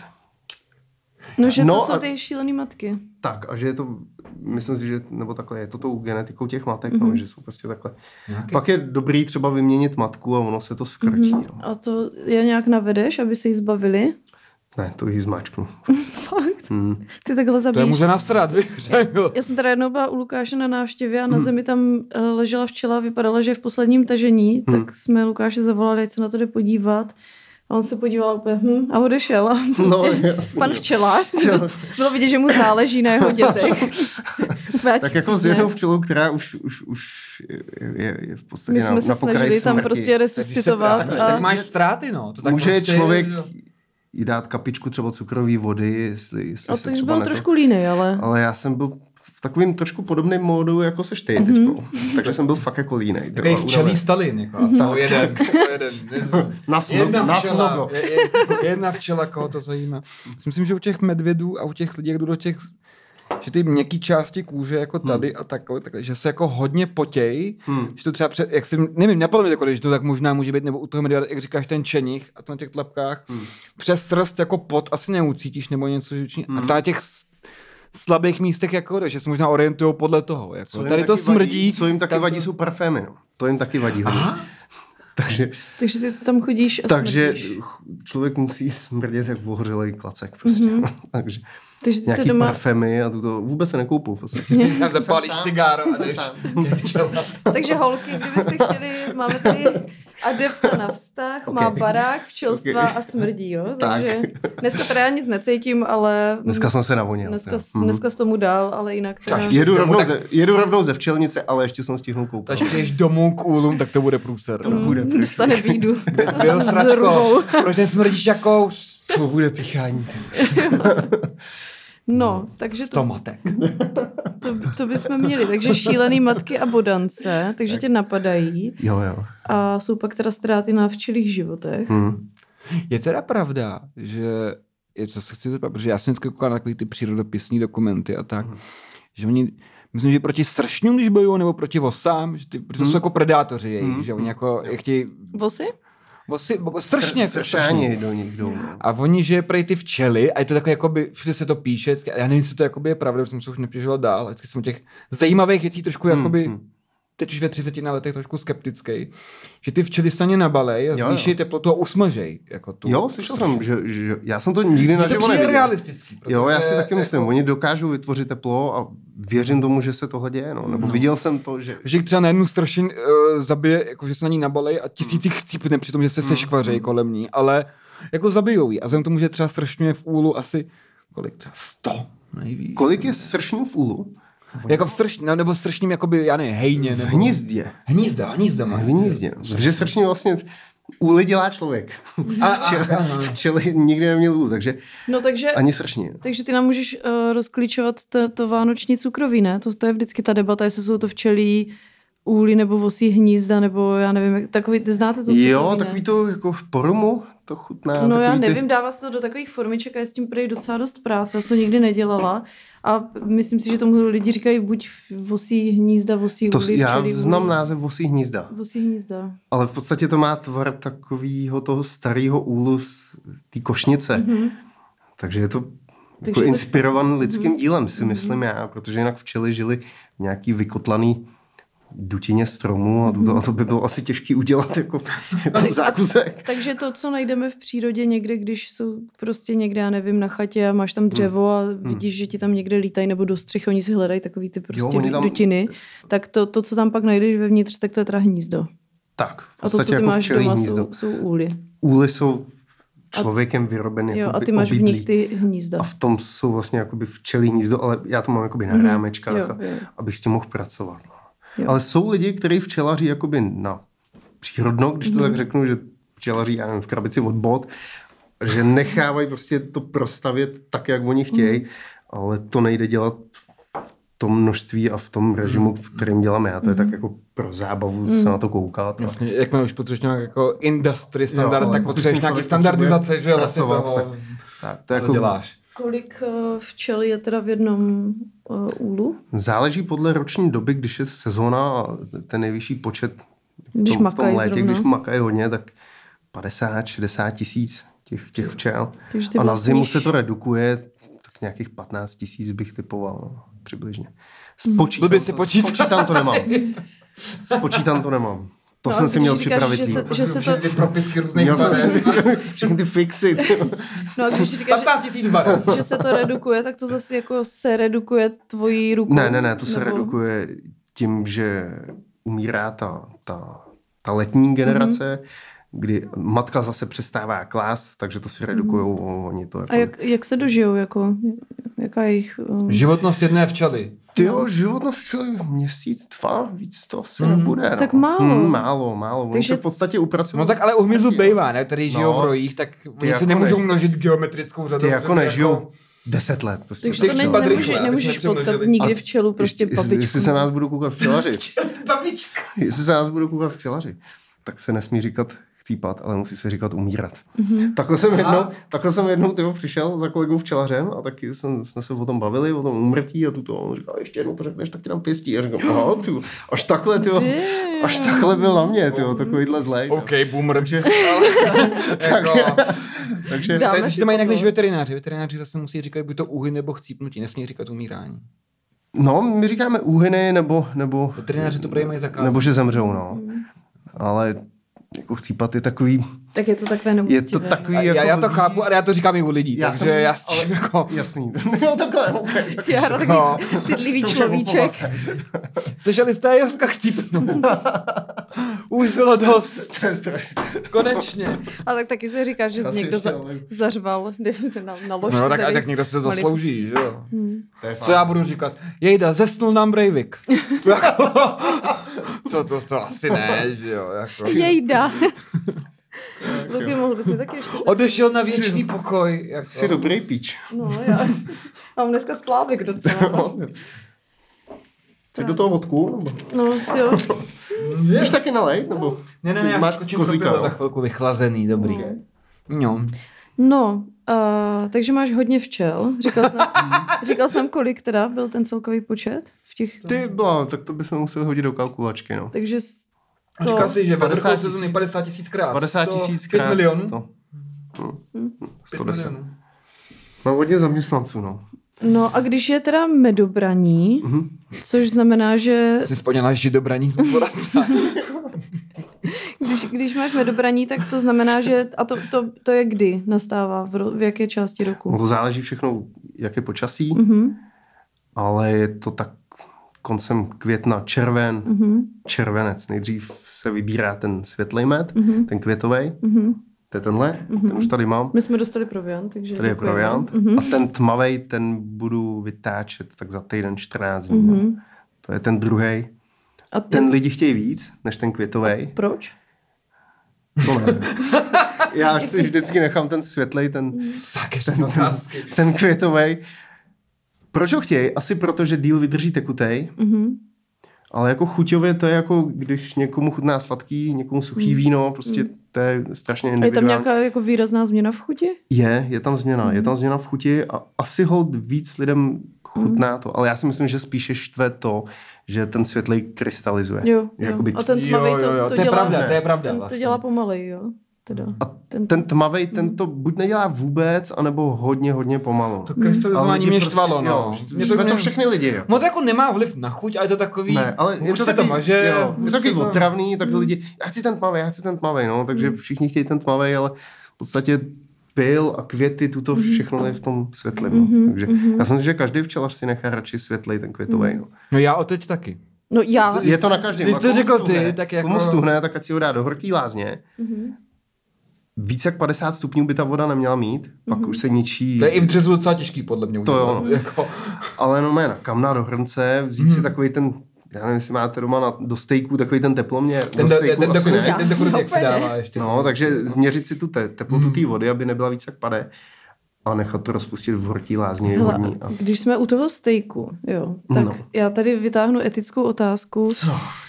No, že no to jsou a... ty šílený matky. Tak, a že je to, myslím si, že, nebo takhle, je to tou genetikou těch matek, mm-hmm. no, že jsou prostě takhle. Nějaký... Pak je dobrý třeba vyměnit matku a ono se to zkrotí. Mm-hmm. No. A to je nějak navedeš, aby se jí zbavili? Ne, to jí zmáčknu. Fakt? Hmm. Ty takhle zabíjíš. To je může nasrat, bych řekl. Já jsem teda jednou byla u Lukáše na návštěvě a na zemi tam ležela včela, vypadala, že je v posledním tažení, hmm. tak jsme Lukáše zavolali, ať se na to jde podívat. A on se podíval úplně hm, a odešel. A prostě no, jasný, pan včelař. Bylo vidět, že mu záleží na jeho dětech. Tak jako s jednou včelou, která už, už, už je, je v podstatě na, na pokraji smrti. My jsme se snažili tam prostě resuscitovat. Tak, a... tak máš ztráty, no. To tak může prostě člověk jí dát kapičku třeba cukrové vody, jestli, jestli a se to třeba byl neto... trošku línej, ale... Ale já jsem byl v takovým trošku podobným módu, jako seš ty mm-hmm. teďko. Takže jsem byl fakt jako línej. Takový včelí Stalin, jako. A co jeden, co jeden. Nas, jedna nas včela, logo. je, je, jedna včela, koho to zajímá. Myslím, že u těch medvědů a u těch lidí, jak jdu do těch, že ty měkký části kůže, jako tady hmm. a takhle, takhle, že se jako hodně potějí, hmm. že to třeba, před, jak si, nevím, napadlo mi takové, že to tak možná může být, nebo u toho medvěda, jak říkáš, ten čenich a to na těch tlapkách, hmm. přes srst jako pot asi neucítíš, nebo něco žuční. Hmm. A na těch slabých místech, jako, že se možná orientujou podle toho. Jako. Tady to smrdí. Vadí, co jim taky vadí, to... jsou parfémy. No. To jim taky vadí. takže, takže ty tam chodíš a takže smrdíš. Člověk musí smrdět jak ohořelej klacek. Prostě. Mm-hmm. takže takže ty nějaký se doma... parfémy a tuto vůbec se nekoupou. Prostě. Tam zapálíš cigáro a jdeš. Takže holky, kdybyste chtěli, máme tady adepta na vztah, okay. Má barák, včelstva okay. a smrdí, jo? Takže dneska teda já nic necítím, ale... Dneska jsem se navonil. Dneska, dneska z tomu dál, ale jinak teda... Jedu rovnou, tak... ze, jedu rovnou ze včelnice, ale ještě jsem stihnul koukat. Až přijdeš domů k úlům, tak to bude průser. To mm, bude průser. Dostane bídu. Byl sračko, proč nesmrdíš jako... To bude píchání. No, takže to, Stomatek. to, to bychom měli. Takže šílený matky a bodance, takže tak. Tě napadají. Jo, jo. A jsou pak teda ztráty na včelích životech. Hmm. Je teda pravda, že, je, co se chci zeptat, protože já jsem vždycky koukal na takový ty přírodopisní dokumenty a tak, hmm. že oni, myslím, že proti sršňům, když bojují, nebo proti vosám, že ty, protože to hmm. jsou jako predátoři jejich, hmm. že oni jako, jak chtějí... Vosy? Vosy, strašně. Strašně do nich jdou. A oni, že prej ty včely, a je to takové, jakoby, všude se to píše, vždycky, a já nevím, jestli to jakoby je pravda, protože jsem se už nepřežil dál, a vždycky jsem o těch zajímavých věcí trošku, hmm, jakoby, hmm. teď už ve třiceti na letech trošku skeptický, že ty včely staně nabalej a zvýší teplotu a usmažej. Jako tu, jo, slyšel jsem, že, že já jsem to nikdy naživo neviděl. Je to realistický. Protože, jo, já si taky myslím, jako... oni dokážou vytvořit teplo a věřím tomu, že se tohle děje, no. Nebo no. viděl jsem to, že... Že třeba na jednu strašin uh, zabije, jako že se na ní nabalej a tisíc jich chcípne při tom, že se hmm. seškvařejí kolem ní, ale jako zabijou jí. A vzhledem tomu, že třeba strašňuje v úlu asi, kolik třeba, sto nejvíc. Kolik je sršňů v úlu? Jako v stršním, nebo v stršním, jakoby, já nevím, hejně. Nebo... V hnízdě. Hnízda, hnízda má. V hnízdě. Protože sršní vlastně úly dělá člověk. A, Včely, a, a, včely nikdy neměl úl, takže, no, takže ani sršní. Takže ty nám můžeš uh, rozklíčovat to, to vánoční cukroví, ne? To, to je vždycky ta debata, jestli jsou to včelí úly nebo vosí hnízda, nebo já nevím, jak, takový, znáte to cukroví, jo, ne? takový to jako v porumu, to chutná. No já ty... nevím, dává se to do takových formiček a je s tím prý docela dost práce, já jsem to nikdy nedělala a myslím si, že tomu lidi říkají buď vosí hnízda, vosí to, úly, já včelí znám úly. název vosí hnízda. Vosí hnízda. Ale v podstatě to má tvar takového toho starého úlu z té košnice. Mm-hmm. Takže je to jako to... inspirovaný lidským mm-hmm. dílem, si mm-hmm. myslím já, protože jinak včely žily v nějaký vykotlaný dutině stromu a to, a to by bylo asi těžký udělat jako, jako zákusek. Takže to, co najdeme v přírodě někde, když jsou prostě někde, já nevím, na chatě a máš tam dřevo a vidíš, že ti tam někde lítají nebo do střechy, oni si hledají takový ty prostě jo, tam... dutiny, tak to, to, co tam pak najdeš vevnitř, tak to je teda hnízdo. Tak, v a to, co ty jako máš doma, hnízdo. Jsou, jsou úly. Úly jsou člověkem vyrobený. Jo, a ty máš obydlí. v nich ty hnízda. A v tom jsou vlastně jakoby včelí hnízdo, ale já to mám jakoby na rámečkách, jo, jo. abych s tím mohl pracovat. Jo. Ale jsou lidi, kteří včelaří jakoby na přírodno, když to mm. tak řeknu, že včelaří, já nevím, v krabici od bot, že nechávají prostě to prostavět tak, jak oni chtějí, mm. ale to nejde dělat v tom množství a v tom režimu, v kterém děláme. Já to je tak jako pro zábavu mm. se na to koukat. Vlastně, jak už potřebuješ nějak jako industry standard, jo, tak potřebuješ nějaký standardizace, že jo, vlastně toho, tak, tak, to co jako, děláš. Kolik uh, včel je teda v jednom uh, úlu? Záleží podle roční doby, když je sezóna a ten nejvyšší počet když v tom, v tom létě, zrovna. Když makají hodně, tak padesát šedesát tisíc těch, těch včel. A na zimu se to redukuje, tak nějakých patnáct tisíc bych typoval, no, přibližně. Spočítám, hmm. to, počít. spočítám to nemám. Spočítám to nemám. To no, jsem si měl říkáš, připravit. Že se, že se to... Ty propisky různých barev. Všechny ty fixy. No a když říkáš, patnáct tisíc barev. Že se to redukuje, tak to zase jako se redukuje tvojí rukou? Ne, ne, ne, to se nebo... redukuje tím, že umírá ta, ta, ta letní generace, mm-hmm. kdy matka zase přestává klást, takže to si redukujou mm-hmm. oni to. Jako... A jak, jak se dožijou? Jako, jaká je jejich... Um... Životnost jedné včely. Tyjo, životnost včely měsíc, dva, víc to asi mm. nebude. No. Tak málo. Hmm, málo, málo. Oni Takže... se v podstatě upracují. No tak ale u hmyzu bejvá, ne? Tady žijou no, v rojích, tak oni jako si nemůžou než... množit geometrickou řadou. Ty jako nežijou jako... deset let. Prostě. Takže to ne, nemůže, rychle, nemůžeš potkat nikdy včelu, prostě ještě, babičku. Jestli se nás budou koukat včelaři. Babička. Jestli se nás budou koukat včelaři, tak se nesmí říkat chcípat, ale musí se říkat umírat. Mm-hmm. Takhle jsem jednou, takhle jsem jednou tyho, přišel za kolegou včelařem a taky jsem, jsme se o tom bavili, o tom umrtí a tuto, on říkal, ještě jednou to řekneš, tak ti dám pěstí. A říkám, aha, tyjo, až takhle, tyjo, až takhle byl na mě, tyjo, takovýhle zlej. OK, boomer. Takže, takže, takže teď to mají jinak než veterináři. Veterináři zase musí říkat buď to úhyn nebo chcípnutí, nesmí říkat umírání. No, my říkáme úhyny nebo... nebo veterináři to prý mají zakázat. Nebo že zemřou, no. Ale jako chcípat je takový... Tak je to takové neuctivé. Je to takový jako... Já, já to chápu, ale já to říkám i u lidí, já takže jsem, já s tím jako... Jasný. No takhle, okay, tak já takový no. citlivý človíček. Slyšeli jste, Joska chcípnu. Už bylo dost. Konečně. A tak taky se říká, že jsi někdo za, zařval na, na ložce. No tak, a tak někdo si to zaslouží, že jo. Hmm. Co já budu říkat? Jejda, zesnul nám Breivik. Co to, to asi ne, že jo. Jako. Jejda. Luky, mohl bys mi taky ještě... Odešel na věčný pokoj. Jako. Jsi dobrý píč. No, já mám dneska splávek docela. Chceš do toho vodku? Nebo? No, jo. Chceš taky nalejt? Nebo ne, ne, ne, já skočím kozlíka, za chvilku vychlazený, dobrý. Okay. No. No, uh, takže máš hodně včel. Říkal jsi, nám, říkal jsi nám, kolik teda byl ten celkový počet? V těch... Ty, no, tak to bychom museli hodit do kalkulačky, no. Takže to... Říkal jsi, že padesát tisíc padesát tisíc krát. padesát tisíc krát. pět milionů? sto. Hmm. sto deset. Mám hodně zaměstnanců, no. No a když je teda medobraní, mm-hmm. což znamená, že... Jsi vzpomněla, že dobraní z poradce. když, když máš medobraní, tak to znamená, že... A to, to, to je kdy nastává? V, ro, v jaké části roku? No to záleží všechno, jak je počasí, mm-hmm. ale je to tak koncem května, červen, mm-hmm. červenec. Nejdřív se vybírá ten světlej med, mm-hmm. ten květovej. Mm-hmm. To je tenhle, mm-hmm. ten už tady mám. My jsme dostali proviant, takže... Tady je proviant. Mm-hmm. A ten tmavej, ten budu vytáčet tak za týden čtrnáct dní. Mm-hmm. To je ten druhej. A ten... ten lidi chtějí víc, než ten květovej. A proč? To nevím. Já si vždycky nechám ten světlej, ten, ten, ten, ten květovej. Proč ho chtějí? Asi proto, že díl vydrží tekutej. Mm-hmm. Ale jako chuťově to je jako, když někomu chutná sladký, někomu suchý mm. víno, prostě mm. to je strašně individuální. A je tam nějaká jako výrazná změna v chuti? Je, je tam změna. Mm. Je tam změna v chuti a asi hold víc lidem chutná mm. to. Ale já si myslím, že spíše štve to, že ten světlej krystalizuje. Jo, jo. A ten tmavej to, jo, jo, jo. to, to je dělá... pravda, to je pravda. Ten, vlastně. To dělá pomalej, jo. teda. A ten, ten tmavej, ten to buď nedělá vůbec, anebo hodně, hodně pomalu. To krystalizování mě štvalo, prostě, no. Jo, mě to, mě... to všechny lidi, jo. No to jako nemá vliv na chuť, ale je to takový... Ne, ale je to se takový, to maže, jo, je to takový to... otravný, tak ty lidi, já chci ten tmavej, já chci ten tmavej, no, takže všichni chtějí ten tmavej, ale v podstatě pyl a květy, tuto všechno je v tom světlém, no. Takže já si myslím, že každý včelař si nechá radši světlej ten květovej, no. No já teď taky. No já... Je to na každém. Když to řekl ty, tak jako... Komu stuhne, tak ať si ho dá do horký lázně. Mm-hmm. Víc jak padesát stupňů by ta voda neměla mít, pak mm-hmm. už se ničí. To je i v březu docela těžký, podle mě. To jo. No. Jako... Ale no na kamna do hrnce, vzít mm. si takový ten, já nevím, jestli máte doma na, do stejku takový ten teploměr. Ten, do stejku ten, ten, asi ten, ne. ten dokrut, jak se dává ještě. No, takže změřit si tu te, teplotu mm. té vody, aby nebyla víc jak pade. A nechat to rozpustit v horký lázně. Hele, vodní. A... Když jsme u toho stejku, jo, tak no. já tady vytáhnu etickou otázku. Co?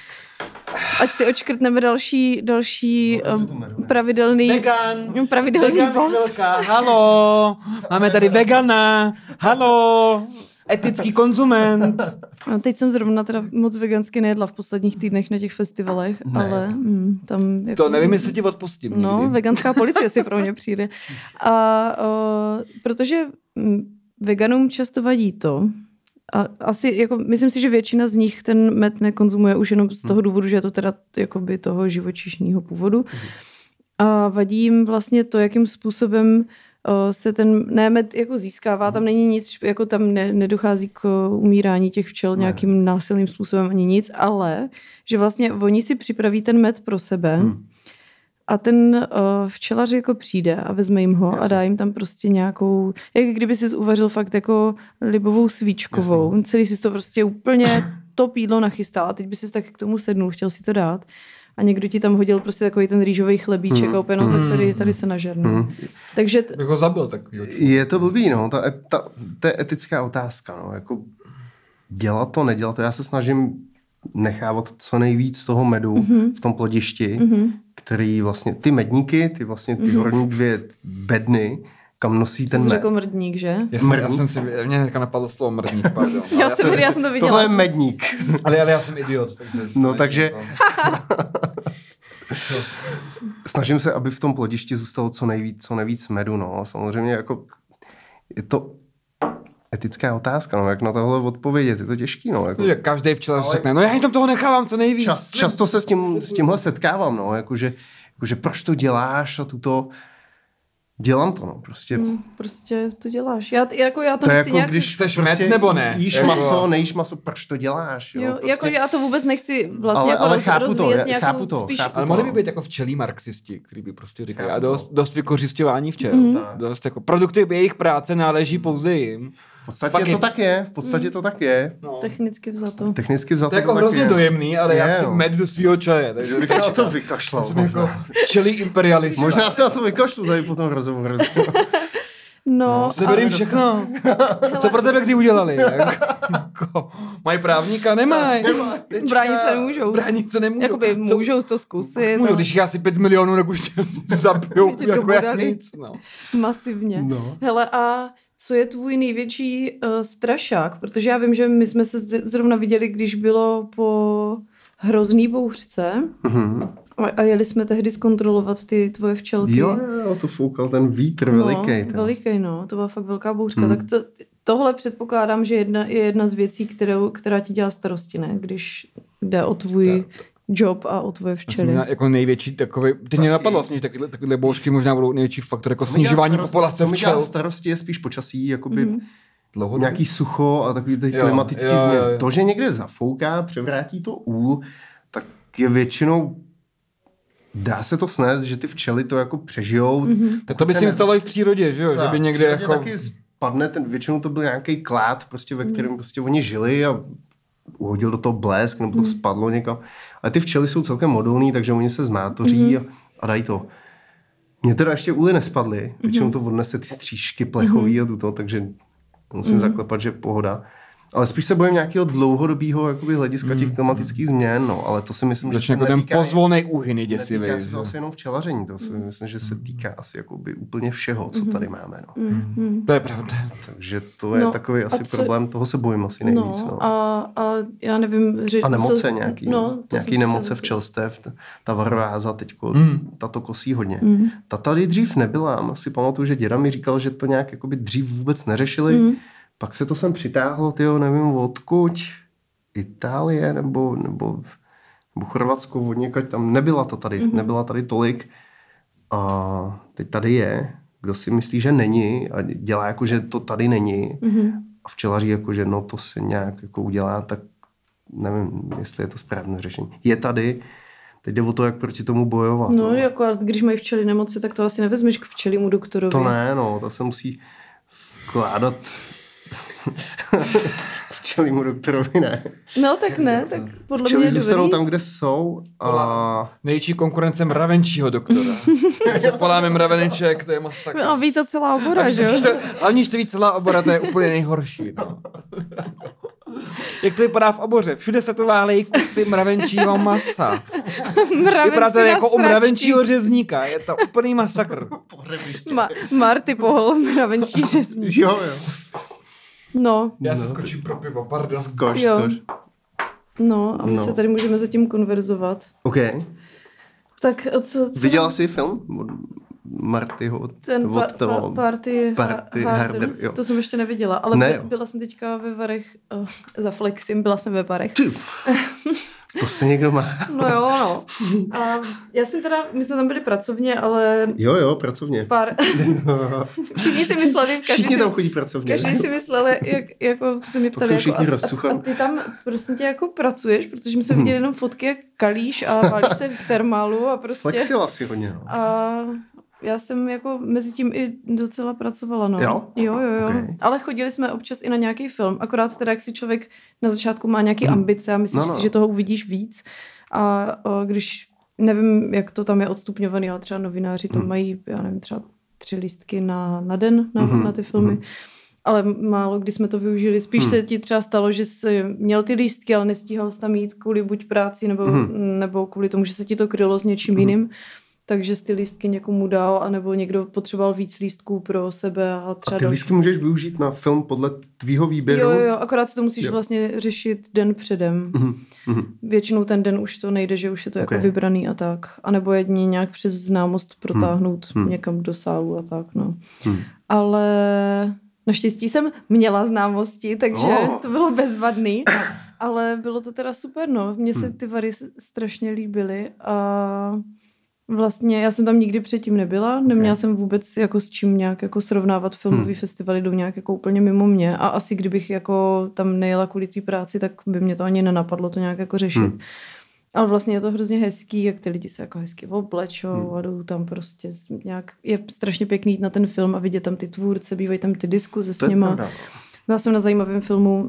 Ať si očkrtneme další, další no, um, pravidelný... Vegan! Pravidelný Vegan chvilka, halo! Máme tady vegana! Halo! Etický konzument! No, teď jsem zrovna teda moc vegansky nejedla v posledních týdnech na těch festivalech, ne. ale mm, tam... Jako, to nevím, jestli ti odpustím nikdy. No, veganská policie si pro mě přijde. A o, protože m, veganům často vadí to, a asi, jako, myslím si, že většina z nich ten med nekonzumuje už jenom z toho důvodu, že je to teda jakoby toho živočišného původu. A vadí jim vlastně to, jakým způsobem se ten némed jako získává, tam není nic, jako tam ne, nedochází k umírání těch včel nějakým násilným způsobem ani nic, ale že vlastně oni si připraví ten med pro sebe hmm. a ten uh, včelař jako přijde a vezme jim ho Jasně. a dá jim tam prostě nějakou, jak kdyby si uvařil fakt jako libovou svíčkovou, Jasně. celý si to prostě úplně top jídlo nachystal a teď by si tak k tomu sednul, chtěl si to dát. A někdo ti tam hodil prostě takový ten rýžový chlebíček mm. a opět, no, tak tady, tady se nažernu. Mm. Takže... T... Bych ho zabil takový. Je to blbý, no. Ta, ta, ta je etická otázka, no. Jako dělat to, nedělat to. Já se snažím nechávat co nejvíc toho medu mm-hmm. v tom plodišti, mm-hmm. který vlastně, ty medníky, ty vlastně ty mm-hmm. horní dvě bedny, kam nosí ten med. Jsi řekl mrdník, že? Já jsem, já jsem si, mě hnedka napadlo slovo mrdník, pardon. já, já, jsem, já jsem to viděla. Tohle je medník. ale, ale já jsem idiot. Takže no takže... Snažím se, aby v tom plodišti zůstalo co nejvíc, co nejvíc medu, no. Samozřejmě jako je to etická otázka, no, jak na tohle odpovědět, je to těžký, no. Jako... Každý včelař ale... řekne, no já jim tam toho nechávám co nejvíc. Čas, často se s, tím, s tímhle setkávám, no, jakože, jakože proč to děláš a tuto... Dělám to, no, prostě. Mm, prostě to děláš. Já, jako, já to, to nechci jako, nějak... když chceš prostě med nebo ne? Jíš jako... maso, nejíš maso, proč to děláš? Jo, jo prostě... jako já to vůbec nechci vlastně ale, jako ale roz, chápu rozvíjet to, nějakou chápu to, spíš... chápu ale mohli by být jako včelí marxisti, kteří by prostě říkali, a dost, dost vykořisťování včel. Mm. Dost jako produkty jejich práce náleží pouze jim. V podstatě Fuck to it. tak je, v podstatě mm. to tak je. No. Technicky vzato. Technicky vzato to je jako to hrozně je. dojemný, ale je, já chci no. med do svýho čaje. Takže bych se na to vykašlal. Jsem jako včelí imperialista. Možná se na to vykašlu tady po tom rozhovoru. No, seberím všechno. Co pro tebe kdy udělali? Jako, mají právníka? Nemají. Bránit se nemůžou. Bránit se nemůžou. Jakoby Co? můžou to zkusit. Můžou, no. Když jich asi pět milionů, tak už tě zabijou jako jak nic. No. Masivně. No. Hele, a co je tvůj největší uh, strašák? Protože já vím, že my jsme se zrovna viděli, když bylo po hrozný bouřce. Mm-hmm. A jeli jsme tehdy zkontrolovat ty tvoje včelky. Jo, jo, to foukal ten vítr no, veliký. Ten. Veliký, no. To byla fakt velká bouřka. Hmm. Tak to, tohle předpokládám, že jedna, je jedna z věcí, kterou, která ti dělá starosti, ne? Když jde o tvůj tak, job a o tvoje včely. Já jako největší takový, teď mě napadlo vlastně, že takovýhle, takovýhle bouřky možná budou největší faktor jako snižování starosti, populace včel. Co mi dělá včel. starosti je spíš počasí, jakoby mm-hmm. Dlouhodobě. nějaký sucho a takový ty klimatický změny. To, že někde zafouká, převrátí to úl, tak je většinou dá se to snést, že ty včely to jako přežijou. Mm-hmm. To by si stalo i v přírodě, že jo? Tak, že by někde jako... taky spadne, ten, většinou to byl nějaký klád, prostě, ve kterém mm. prostě oni žili a uhodil do toho blesk, nebo to mm. spadlo někam. Ale ty včely jsou celkem odolný, takže oni se zmátoří mm. a, a dají to. Mně teda ještě úly nespadly. Mm. Většinou to odnese ty střížky plechový mm. a tuto, takže musím mm. zaklepat, že pohoda. Ale spíš se bojím nějakého dlouhodobého jakoby, hlediska těch Mm. klimatických změn, no, ale to si myslím, že Začne se jako ten netýká, pozvolnej úhyn děsivý. netýká se to že? asi jenom včelaření, to si myslím, že se týká asi jakoby úplně všeho, co tady máme. No. Mm. To je pravda. Takže to je No, takový asi co- problém, toho se bojím asi nejvíc. No, No. a, a já nevím... Ři... A nemoce co- nějaký, no, no, to nějaký jsem nemoce chtěla včelstev, ta- ta varroáza teďko, Mm. ta to kosí hodně. Mm. Ta tady dřív nebyla, já si pamatuju, že děda mi říkal, že to nějak jakoby dřív vůbec neřešili, Mm. pak se to sem přitáhlo, tyjo, nevím odkud, Itálie nebo, nebo, nebo Chorvatsko, od někaď, tam nebyla to tady, Mhm. nebyla tady tolik a teď tady je, kdo si myslí, že není a dělá jako, že to tady není Mhm. a včelaří jako, že no to se nějak jako udělá, tak nevím, jestli je to správné řešení. Je tady, teď jde o to, jak proti tomu bojovat. No, jako, ale když mají včely nemoci, tak to asi nevezmeš k včelímu doktorovi. To ne, no, to se musí vkládat včelímu doktorovi, ne. No, tak ne, tak podle mě Včely je zůstanou dobrý. tam, kde jsou a Největší konkurence mravenčího doktora. Se poláme mraveneček, to je masakr. A ví to celá obora, že jo? Hlavně, že to ví celá obora, to je úplně nejhorší. No. Jak to vypadá v oboře? Všude se to válejí kusy mravenčího masa. Vypadá to jako u mravenčího řezníka. Je to úplný masakr. Ma- Marty pohol mravenčí řezník. jo, jo. No, Já se No, skočím pro pivo, pardon. Skoč, Jo. skoč. no a my No. se tady můžeme zatím konverzovat. OK. Tak co... co Viděla jsi film od Martyho? ten od pa, toho? pa, party, Party ha- Harder, Harder, jo. to jsem ještě neviděla, ale Ne, by- jo. byla jsem teďka ve Varech, uh, za Flexim, byla jsem ve Varech. Ty, to se někdo má. No jo, no. A já jsem teda, my jsme tam byli pracovně, ale Jo, jo, pracovně. pár, všichni si mysleli, každý Všichni si, tam chodí pracovně. každý si mysleli, jak, jako se mi Pak ptali, jsou jako, všichni a, a, rozsuchaný. a, ty tam prostě jako pracuješ, protože my jsme Hmm. viděli jenom fotky, jak kalíš a válíš se v termálu a prostě... Flexila si hodně, no. A já jsem jako mezi tím i docela pracovala, no. Jo? Jo, jo, jo. Okay. Ale chodili jsme občas i na nějaký film, akorát teda, jak si člověk na začátku má nějaký Hmm. ambice a myslíš No, no. si, že toho uvidíš víc. A o, když, nevím, jak to tam je odstupňovaný, ale třeba novináři tam Hmm. mají, já nevím, třeba tři lístky na, na den na, Mhm, na ty filmy. mhm. Ale málo kdy jsme to využili. Spíš Hmm. se ti třeba stalo, že jsi měl ty lístky, ale nestíhal jsi tam jít kvůli buď práci, nebo, Mhm. nebo kvůli tomu, že se ti to krylo s něčím Mhm. jiným. Takže jsi ty lístky někomu dal, anebo někdo potřeboval víc lístků pro sebe a třeba A ty dal- lístky můžeš využít na film podle tvýho výběru? Jo, jo, akorát si to musíš Jo. vlastně řešit den předem. Mhm, mhm. Většinou ten den už to nejde, že už je to jako Ok. vybraný a tak. A nebo jedni nějak přes známost protáhnout Hmm. někam do sálu a tak, no. Hmm. Ale naštěstí jsem měla známosti, takže Oh. to bylo bezvadný. Ale bylo to teda super, no. Mně se Hmm. ty Vary s- strašně líbily a vlastně já jsem tam nikdy předtím nebyla, neměla Ok. jsem vůbec jako s čím nějak jako srovnávat filmový Hmm. festivaly, jdou nějak jako úplně mimo mě a asi kdybych jako tam nejela kvůli té práci, tak by mě to ani nenapadlo to nějak jako řešit. Hmm. Ale vlastně je to hrozně hezký, jak ty lidi se jako hezky oblečou Hmm. a jdou tam prostě z- nějak, je strašně pěkný jít na ten film a vidět tam ty tvůrce, bývají tam ty diskuze s To je něma. pravda. Byla jsem na zajímavém filmu,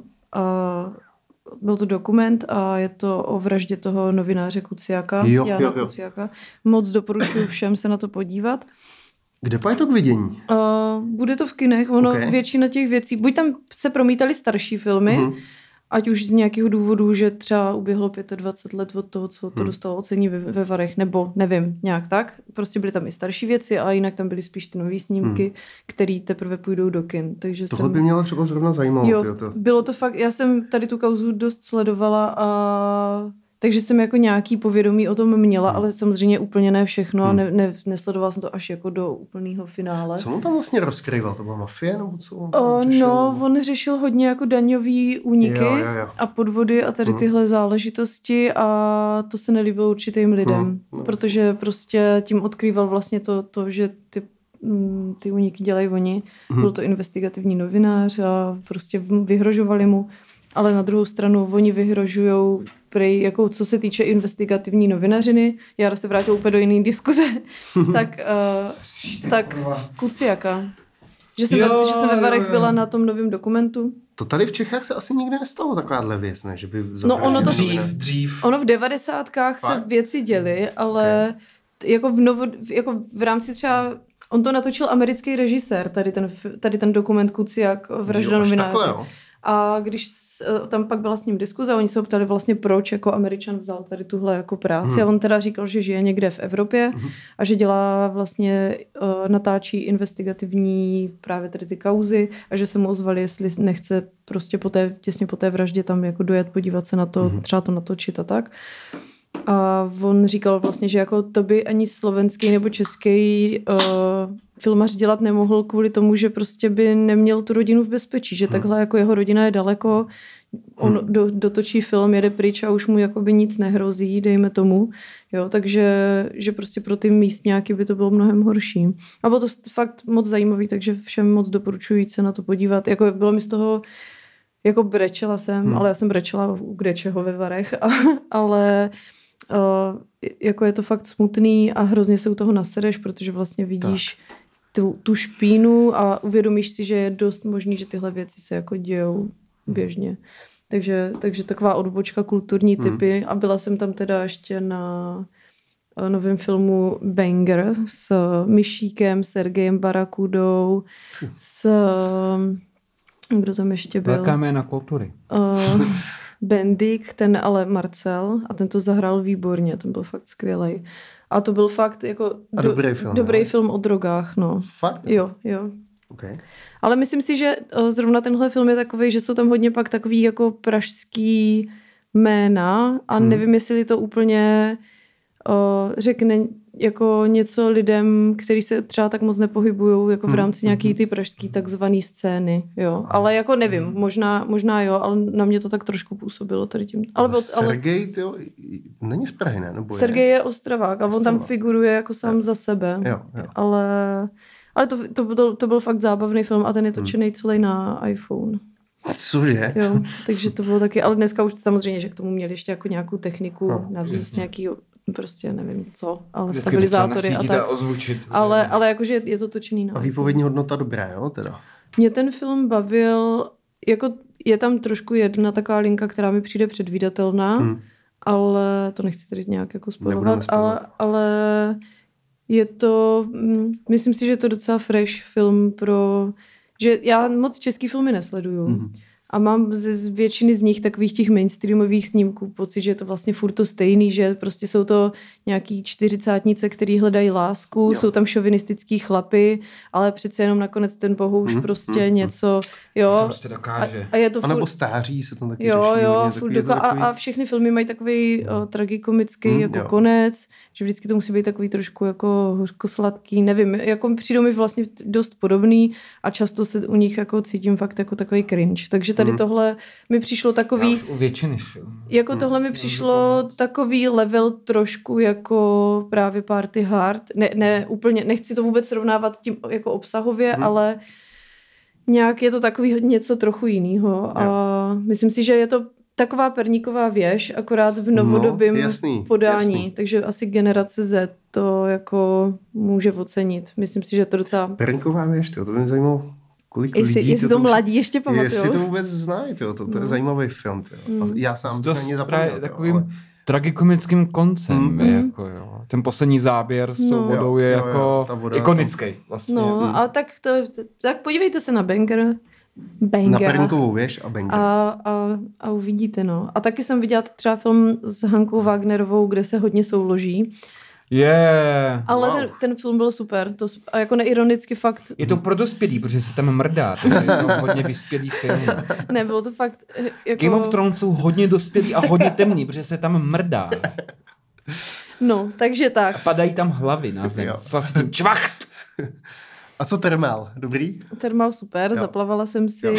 a byl to dokument a je to o vraždě toho novináře Kuciaka, Jo, Jana jo, jo. Kuciaka. Moc doporučuji všem se na to podívat. Kde pa je to k vidění? Uh, bude to v kinech, ono Ok. většina těch věcí, buď tam se promítaly starší filmy, Mhm. ať už z nějakého důvodu, že třeba uběhlo dvacet pět let od toho, co to Hmm. dostalo ocení ve, ve Varech, nebo nevím, nějak tak. Prostě byly tam i starší věci a jinak tam byly spíš ty nové snímky, Hmm. které teprve půjdou do kin. Takže Tohle jsem... by měla třeba zrovna zajímalo. Jo, tyjo, to. bylo to fakt, já jsem tady tu kauzu dost sledovala a takže jsem jako nějaký povědomí o tom měla, Hmm. ale samozřejmě úplně ne všechno a Hmm. ne, ne, nesledovala jsem to až jako do úplného finále. Co on tam vlastně rozkrýval? To byla mafie nebo co? on O, tam řešil? no, on řešil hodně jako daňový úniky Jo, jo, jo. a podvody a tady Mhm. tyhle záležitosti a to se nelíbilo určitým lidem, Mhm, no. protože prostě tím odkrýval vlastně to, to že ty, mm, ty úniky dělají oni. Mhm. Byl to investigativní novinář a prostě v- vyhrožovali mu, ale na druhou stranu oni vyhrožujou prej, jako co se týče investigativní novinařiny, já se vrátil úplně do jiné diskuze, tak, uh, tak Kuciaka. Že jsem, Jo, ve, že jsem ve Varech jo, jo. byla na tom novém dokumentu. To tady v Čechách se asi nikdy nestalo takováhle věc, ne? Že by No, ono to- Dřív, dřív. Ono v devadesátkách se Fakt? věci děly, ale t- jako, v novo, jako v rámci třeba, on to natočil americký režisér, tady ten, f- tady ten dokument Kuciak, vražda Jo, až novináře. takhle, jo. A když s, tam pak byla s ním diskuze, oni se ho ptali vlastně, proč jako Američan vzal tady tuhle jako práci. Hmm. A on teda říkal, že žije někde v Evropě hmm. a že dělá vlastně, uh, natáčí investigativní právě tady ty kauzy a že se mu ozvali, jestli nechce prostě po té, těsně po té vraždě tam jako dojet, podívat se na to, hmm. třeba to natočit a tak. A on říkal vlastně, že jako to by ani slovenský nebo český uh, filmař dělat nemohl kvůli tomu, že prostě by neměl tu rodinu v bezpečí, že hmm. takhle jako jeho rodina je daleko, on hmm. do, dotočí film, jede pryč a už mu jakoby nic nehrozí, dejme tomu, jo, takže že prostě pro ty místňáky by to bylo mnohem horší. A bylo to fakt moc zajímavý, takže všem moc doporučuji se na to podívat. Jako bylo mi z toho, jako brečela jsem, hmm. ale já jsem brečela u kdečeho ve Varech, a, ale Uh, jako je to fakt smutný a hrozně se u toho nasereš, protože vlastně vidíš tu, tu špínu a uvědomíš si, že je dost možný, že tyhle věci se jako dějou běžně. Takže, takže taková odbočka kulturní typy hmm. a byla jsem tam teda ještě na novém filmu Banger s Myšíkem, Sergejem Barakudou, s kdo tam ještě byl? Velká jména kultury. Uh, Bendik, ten ale Marcel a ten to zahrál výborně, ten byl fakt skvělej. A to byl fakt jako do, dobrý film, dobrý film o drogách, no. Fakt? Jo, jo. Okay. Ale myslím si, že zrovna tenhle film je takový, že jsou tam hodně pak takový jako pražský jména a hmm. nevím, jestli to úplně uh, řekne jako něco lidem, kteří se třeba tak moc nepohybují jako v rámci hmm. nějaký ty pražský takzvaný scény, jo. Ale jako nevím, možná, možná jo, ale na mě to tak trošku působilo tady tím. Ale, ale Sergej, tyjo, není z Prahy, ne? Nebo Sergej je Ostravák a on Ostravák. Tam figuruje jako sám jo. za sebe. Jo, jo. Ale, ale to, to, to, to byl fakt zábavný film a ten je točený hmm. celý na iPhone. Cože? Jo, takže to bylo taky, ale dneska už samozřejmě, že k tomu měli ještě jako nějakou techniku no, navíc, nějaký prostě nevím co, ale vždycky stabilizátory a tak. Ozvučit, ale, ale jakože je, je to točený na. A výpovědní hodnota dobrá, jo, teda? Mě ten film bavil, jako je tam trošku jedna taková linka, která mi přijde předvídatelná, hmm. ale to nechci tady nějak jako spojovat, ale, ale je to, myslím si, že je to docela fresh film pro, že já moc český filmy nesleduju. Hmm. A mám z, z většiny z nich takových těch mainstreamových snímků pocit, že je to vlastně furt to stejný, že prostě jsou to nějaký čtyřicátnice, který hledají lásku, jo. Jsou tam šovinistický chlapy, ale přece jenom nakonec ten bohuž hmm, prostě hmm, něco, jo. To prostě dokáže. A, a je to furt... A nebo stáří se tam taky jo, řeší. Jo, furt doká... takový... a, a všechny filmy mají takový o, tragikomický hmm, jako jo. konec, že vždycky to musí být takový trošku jako hořkosladký, nevím, jako přijdou mi vlastně dost podobný a často se u nich jako cítím fakt jako takový cringe, takže tady hmm. tohle mi přišlo takový... Já už u většiny filmů. Jako hmm. tohle mi přišlo takový level trošku jako právě Party Hard. Ne, ne úplně, nechci to vůbec srovnávat tím jako obsahově, hmm. ale nějak je to takový něco trochu jinýho. A myslím si, že je to taková perníková věž, akorát v novodobém no, jasný, podání. Jasný. Takže asi generace Z to jako může ocenit. Myslím si, že to docela... Perníková věž, to, to by mě zajímalo. Kolik jestli, lidí jestli to, to mladí ještě pamatujou. Jestli to vůbec znají, to, to, to je no. zajímavý film. Mm. A já sám to na ně zapomněl. Takovým ale... tragikomickým koncem. Mm. Jako, jo. Ten poslední záběr s tou no. vodou je jo, jako jo, voda, ikonický. Vlastně. No, mm. a tak, to, tak podívejte se na Banger. Banger. Na Perníkovou věž a Banger. A, a, a uvidíte, no. A taky jsem viděla třeba film s Hankou Wagnerovou, kde se hodně souloží. Yeah. Ale wow. ten, ten film byl super. To, a jako neironicky fakt... Je to pro dospělý, protože se tam mrdá. Takže je to hodně vyspělý film. Ne, bylo to fakt... Jako... Game of Thrones jsou hodně dospělý a hodně temný, protože se tam mrdá. No, takže tak. A padají tam hlavy na zem. Vlastně tím čvacht. A co Termál? Dobrý? Termál super, jo. Zaplavala jsem si...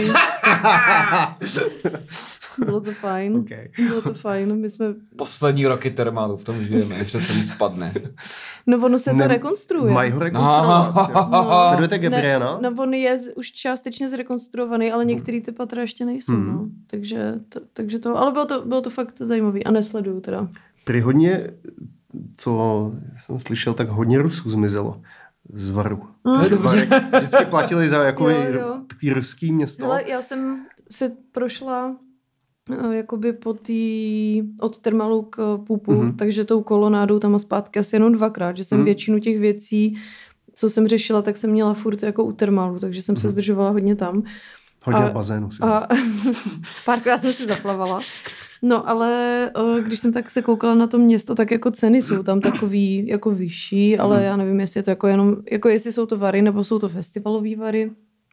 Bylo to fajn. Okay. Bylo to fajn. My jsme... Poslední roky Termálu, v tom žijeme, až to celý spadne. No ono se to ne, rekonstruuje. Mají ho rekonstruovat. No, sledujete Gabriela? No, no on je už částečně zrekonstruovaný, ale některý ty patra ještě nejsou. Mm. No. Takže, to, takže to... Ale bylo to, bylo to fakt zajímavý. A nesleduju teda. Prý hodně, co jsem slyšel, tak hodně Rusů zmizelo z Varu. Mm. Vždycky platili za jako takový ruský město. Ale já jsem se prošla jakoby po tý, od Termalu k Pupu, mm-hmm. takže tou kolonádou tam a zpátky asi jenom dvakrát, že jsem mm. většinu těch věcí, co jsem řešila, tak jsem měla furt jako u Termalu, takže jsem mm. se zdržovala hodně tam. Hodně A- v bazénu si. A párkrát jsem si zaplavala. No, ale o, když jsem tak se koukala na to město, tak jako ceny jsou tam takový jako vyšší, ale já nevím, jestli je to jako jenom, jako jestli jsou to vary, nebo jsou to festivalový vary.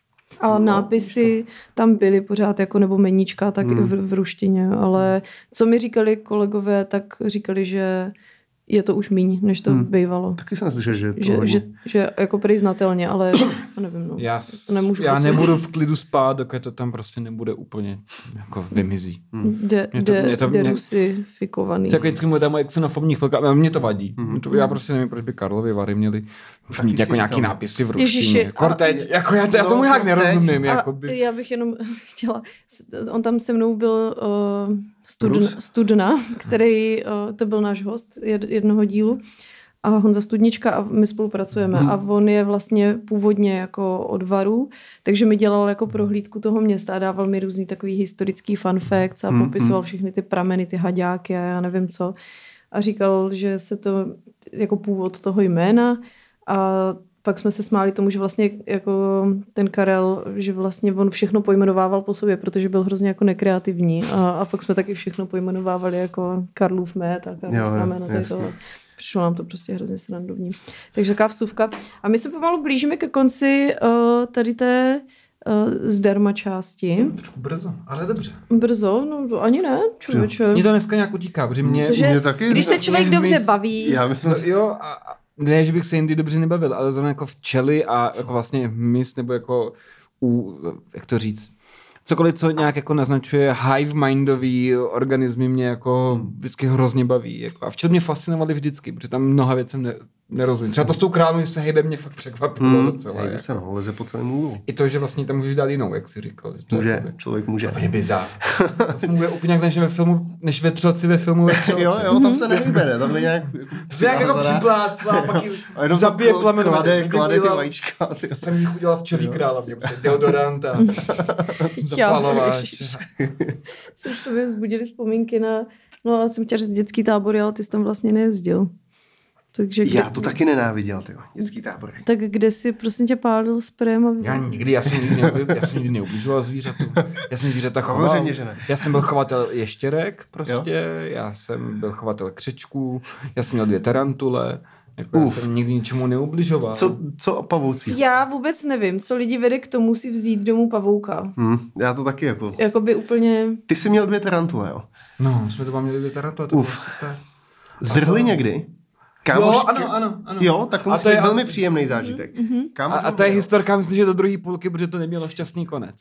A No, nápisy tam byly pořád, jako nebo meníčka, tak Hmm. i v, v ruštině, ale co mi říkali kolegové, tak říkali, že je to už míň, než to Hmm. bývalo. Taky jsem neslyšel, že je to Že, hodně. že, že jako prý znatelně, ale já nevím, no. Já, To nemůžu já posoudit. nebudu v klidu spát, dokud to tam prostě nebude úplně jako vymizí. De, Mě to- de, mě to- mě- derusifikovaný. Co jako vždycky mu tam moje xenofobní chvilka, ale mě to vadí. Mhm. Mě to, já prostě nevím, proč by Karlovy Vary měly Taky mít si jako nějaký říkám. nápisy v Ježiši, ruštině. Jako a- teď, jako já, to, já No, tomu nějak teď. nerozumím. A Jakoby. já bych jenom chtěla, on tam se mnou byl uh, studn, Rus? Studna, který, uh, to byl náš host jed, jednoho dílu, a Honza Studnička a my spolupracujeme Hmm. a on je vlastně původně jako od Varu, takže mi dělal jako prohlídku toho města a dával mi různý takový historický fun facts a Hmm, popisoval hmm. všechny ty prameny, ty haďáky a já nevím co. A říkal, že se to jako původ toho jména a pak jsme se smáli tomu, že vlastně jako ten Karel, že vlastně on všechno pojmenovával po sobě, protože byl hrozně jako nekreativní a, a pak jsme taky všechno pojmenovávali jako Karlův met a Karlův Jo, jo, ramen a tady jasně. to. Přišlo nám to prostě hrozně srandovní. Takže taková vsuvka. A my se pomalu blížíme ke konci uh, tady té uh, zdarma části. Trošku brzo, ale dobře. Brzo? No to ani ne, člověče. Mě to dneska nějak utíká, protože mě... Protože mě taky- když se člověk mě dobře mys- baví, Já myslím, No, jo, a, a ne, že bych se jindy dobře nebavil, ale zrovna jako včely a jako vlastně mys, nebo jako u, jak to říct, cokoliv, co nějak jako naznačuje hive-mindový organismy, mě jako vždycky hrozně baví. Jako. A včely mě fascinovaly vždycky, protože tam mnoha věcem ne, nerozumím. Třeba to s tou králou, že se hejbe, mě fakt překvapilo hmm, docela. hejbe Jako. se no, leze po celém úlu. I to, že vlastně tam můžeš dát jinou, jak jsi říkal. Že to je Může, jakoby člověk může. úplně bizár. To funguje úplně jak než ve filmu, než ve Třelci ve filmu ve Třelci. Jo, jo, tam se nevybere, tam je nějak... Že jak jako připlácla a pak ji A jenom zabije to plamen. klade, klade ty vajíčka. Ty. To jsem jich udělal včelí krála, mě prostě deodorant a zapalováč. se to mě vzbudili vzpomínky na, no já jsem chtěla říct dětský tábor, ale ty jsi tam vlastně nejezdil. Takže kde, Já to taky nenáviděl, tyjo, dětský tábor. tak kde jsi prosím tě pálil sprém? A... Já nikdy, já jsem nikdy, neubli, já jsem nikdy neubližoval zvířatu. Já jsem zvířata choval. Samozřejmě, že ne. Já jsem byl chovatel ještěrek prostě, jo? Já jsem byl chovatel křečků, já jsem měl dvě tarantule, jako já jsem nikdy ničemu neubližoval. Co, co o pavoucích? Já vůbec nevím, co lidi vede k tomu si vzít domů pavouka. Hmm, já to taky jako... Jakoby úplně... Ty jsi měl dvě tarantule, jo? No, jsme to vám měli dvě tarantule, to bylo Uf. super. Zdrhli někdy? Kámoš, Jo, ano, ano, ano. Jo, tak to A musí to být je- velmi příjemný zážitek. Mhm. A, Kámoš, a to je historka, myslím, že do druhé půlky, protože to nemělo šťastný konec.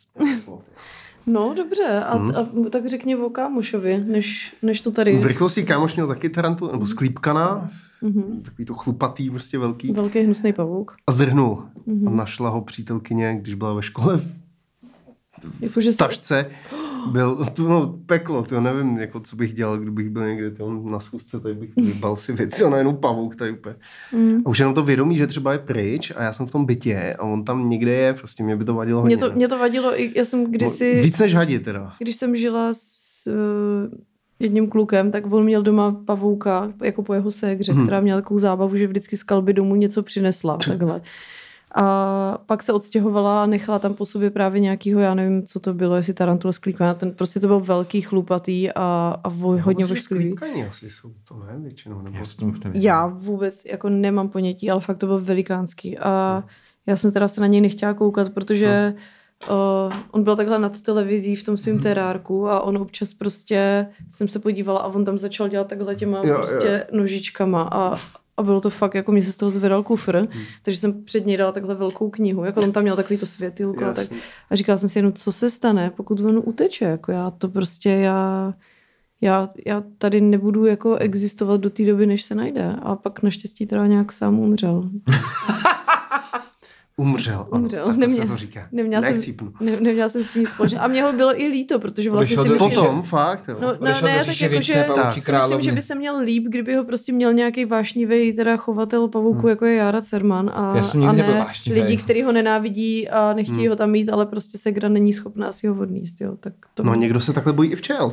No dobře, a, Mhm. a tak řekni o kámošovi, než, než to tady... V rychlosti kámoš měl taky tarantulu, nebo sklípkana, Mhm. takový to chlupatý, prostě velký. Velký hnusný pavouk. A zdrhnul. Mhm. A našla ho přítelkyně, když byla ve škole Jakože v tašce. Byl, to, no, peklo, to nevím, jako, co bych dělal, kdybych byl někde to, na schůzce, tady bych vybal si věci a najednou pavouk tady úplně. Mm. A už jenom to vědomí, že třeba je pryč a já jsem v tom bytě a on tam někde je, prostě mě by to vadilo hodně. Mě to, mě to vadilo, i já jsem kdysi... No, víc než hadit teda. Když jsem žila s uh, jedním klukem, tak on měl doma pavouka, jako po jeho ségře, Mhm. která měla takovou zábavu, že vždycky z kalby domů něco přinesla, takhle. A pak se odstěhovala a nechala tam po sobě právě nějakýho, já nevím, co to bylo, jestli tarantula sklíkaná, ten prostě to byl velký, chlupatý a, a vo, hodně vošklivý. Sklípkaní asi jsou, to ne, většinou. Nebo... Já jsem už nevím. Já vůbec jako nemám ponětí, ale fakt to byl velikánský. A já jsem teda se na něj nechtěla koukat, protože uh, on byl takhle nad televizí v tom svém terárku a on občas prostě, jsem se podívala a on tam začal dělat takhle těma Jo, prostě nožičkama a, a bylo to fakt, jako mě se z toho zvedal kufr, hmm. takže jsem před něj dala takhle velkou knihu, jako on tam měl takový to světýlko a tak. A říkala jsem si jenom, co se stane, pokud on uteče, jako já to prostě, já... Já, já tady nebudu jako existovat do té doby, než se najde. A pak naštěstí teda nějak sám umřel. Umřel, ano. Umřel. Tak Nemě- se to říká. Neměla jsem, Nechcípnu. ne, neměla jsem s ním společně. A mě ho bylo i líto, protože vlastně Odešel si do myslím, říše. Potom, fakt, jo. No, no Odešel do ne, tak říše jako, věčné že pavoučí tak. si myslím, královny. že by se měl líp, kdyby ho prostě měl nějaký vášnivý teda chovatel pavouků, hmm. jako je Jára Cerman a, Já jsem a nikdy nebyl ne vášnivý. lidi, kteří ho nenávidí a nechtějí Hmm. ho tam mít, ale prostě Segra není schopná si ho odníst. Jo. Tak to No někdo se takhle bojí i včel, ty jo.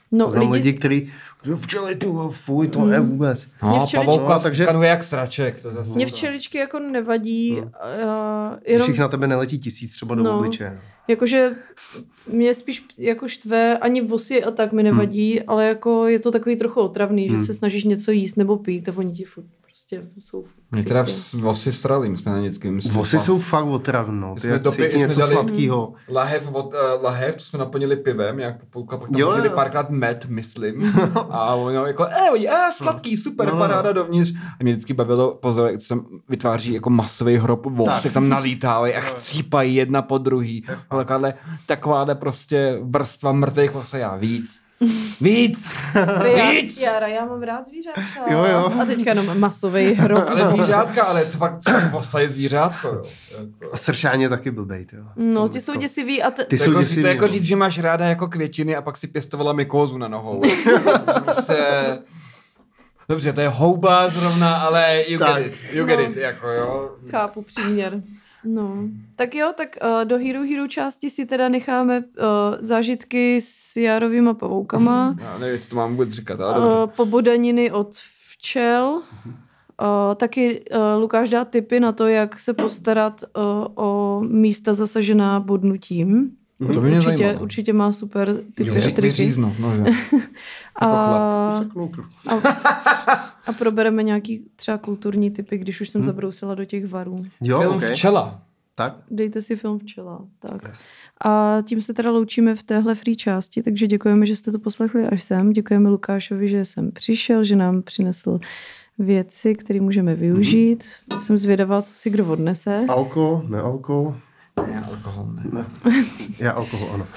No, Znám lidi... lidi, kteří včely tu, fuj, to ne vůbec. No, Mě včeličky- pavouka No, takže- skanuje jak sraček. To zase Mě včeličky jako nevadí, No. uh, Když jenom jich na tebe neletí tisíc třeba do No. obličeje. jakože mě spíš jako štve, ani vosy a tak mi nevadí, hmm. ale jako je to takový trochu otravný, Hmm. že se snažíš něco jíst nebo pít a oni ti furt prostě jsou v Mě teda ksichtě. v- vosy strali, my jsme na vždycky. my jsme Vosy pas- jsou fakt otravno. Ty jsme jak do cítí pi- jsme něco dali- sladkýho. Lahev, od, uh, lahev, to jsme naplnili pivem, nějak po půlka, pak tam Jo, hodili jo. párkrát med, myslím. A ono jako, eh, eh, sladký, super, No, no. paráda dovníř. A mě vždycky bavilo, pozor, jak se tam vytváří jako masový hrob vos, Tak. jak tam nalítávají a chcípají jedna po druhý. Ale takováhle, takováhle prostě vrstva mrtvých vos a já víc. Víc! Já, Víc! já, já mám rád zvířátka. Jo, jo. A teďka jenom masový hrob. Ale zvířátka, ale to fakt vosa je zvířátko, jo. Jako. A sršání je taky blbej, jo. No, To- ti jsou to- děsivý a te... Ty To jsou jako, děsivý, to je jako jo. říct, že máš ráda jako květiny a pak si pěstovala mykózu na nohou. prostě... Dobře, to je houba zrovna, ale you Tak. get it, you get No. it, jako jo. Chápu příměr. No, tak jo, tak uh, do Hero Hero části si teda necháme uh, zážitky s járovýma pavoukama, Já nevím, jestli to mám vůbec říkat, ale dobře. uh, pobodaniny od včel. Uh, taky uh, Lukáš dá tipy na to, jak se postarat uh, o místa zasažená bodnutím. To by mě určitě, zajímalo. určitě má super tipy a Vyří- triky. Vyříznu, nože. A, Useknou trochu. a, a probereme nějaký třeba kulturní typy, když už jsem Hmm. zabrousila do těch varů. Jo, Film okay. Včela. Tak? Dejte si film Včela. Tak. Yes. A tím se teda loučíme v téhle free části, takže děkujeme, že jste to poslechli až sem. Děkujeme Lukášovi, že jsem přišel, že nám přinesl věci, které můžeme využít. Mm-hmm. Jsem zvědavá, co si kdo odnese. Alko, ne alko. Ne, alkohol ne. Ne. Já alkohol, ano.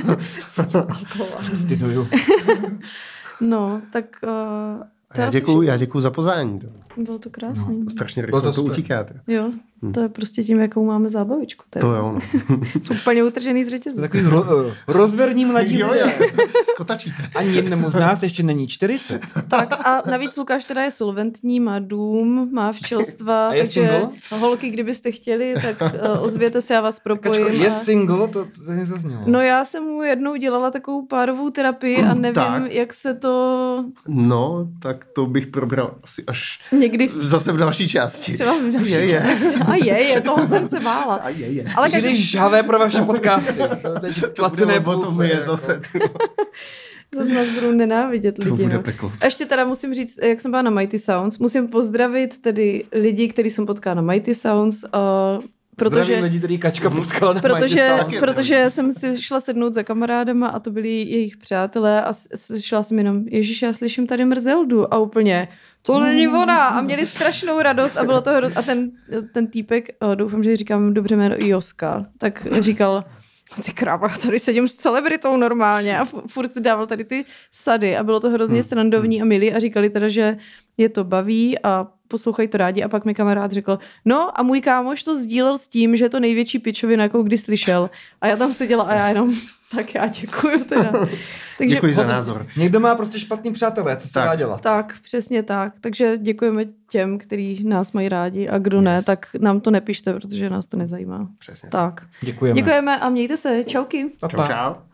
Styduju. No, tak uh, to Já asi děkuju, všechno. já děkuju za pozvání. To Bylo to krásný. No. strašně Bylo rychle to to, to super. utíkáte. Jo, to je prostě tím, jakou máme zábavičku. Tady. To jo, no. Jsou úplně utržený z To řetězu. je takový ro, rozverní mladí Jo, lidé. jo. Skotačíte. Ani jednomu z nás ještě není čtyřicet. Tak a navíc Lukáš teda je solventní, má dům, má včelstva, A je takže single? holky, kdybyste chtěli, tak uh, ozvěte se, já vás Kačko, propojím. je a... single? To, to nezaznělo. No já jsem mu jednou dělala takovou párovou terapii a nevím, Tak. jak se to No, tak to bych probral asi až někdy v... zase v další části. třeba v další Je, je. části. A je, je, toho jsem se bála. A je, je. Ale Příliš každý... žhavé pro vaše podcasty. To teď placené To bude půlce, je jako. zase. ty vole. Zase nás budou nenávidět To lidi. bude No. peklo. A ještě teda musím říct, jak jsem byla na Mighty Sounds, musím pozdravit tedy lidi, který jsem potkala na Mighty Sounds, uh, protože... Zdravím lidi, který Kačka potkala na Protože, Mighty Sound. Taky protože jsem si šla sednout za kamarádama a to byli jejich přátelé a s- slyšela jsem jenom, Ježíš, já slyším tady Mrzeldu a úplně, to není ona a měli strašnou radost a bylo to hroz... a ten, ten týpek, o, doufám, že ji říkám dobře jméno, Joska, tak říkal, ty kráva, tady sedím s celebritou normálně a fu- furt dával tady ty sady a bylo to hrozně Hmm. srandovní a milý a říkali teda, že je to baví a poslouchají to rádi a pak mi kamarád řekl, no a můj kámoš to sdílel s tím, že je to největší pičovina, jakou kdy slyšel. A já tam seděla a já jenom, tak já děkuju teda. Takže, Děkuji za názor. Někdo má prostě špatný přátelé, co se Tak. dá dělat? Tak, přesně tak. Takže děkujeme těm, kteří nás mají rádi a kdo ne, Yes. tak nám to nepište, protože nás to nezajímá. Přesně. Tak. Děkujeme. Děkujeme a mějte se. Čauky. Pa, Čau, pa. čau.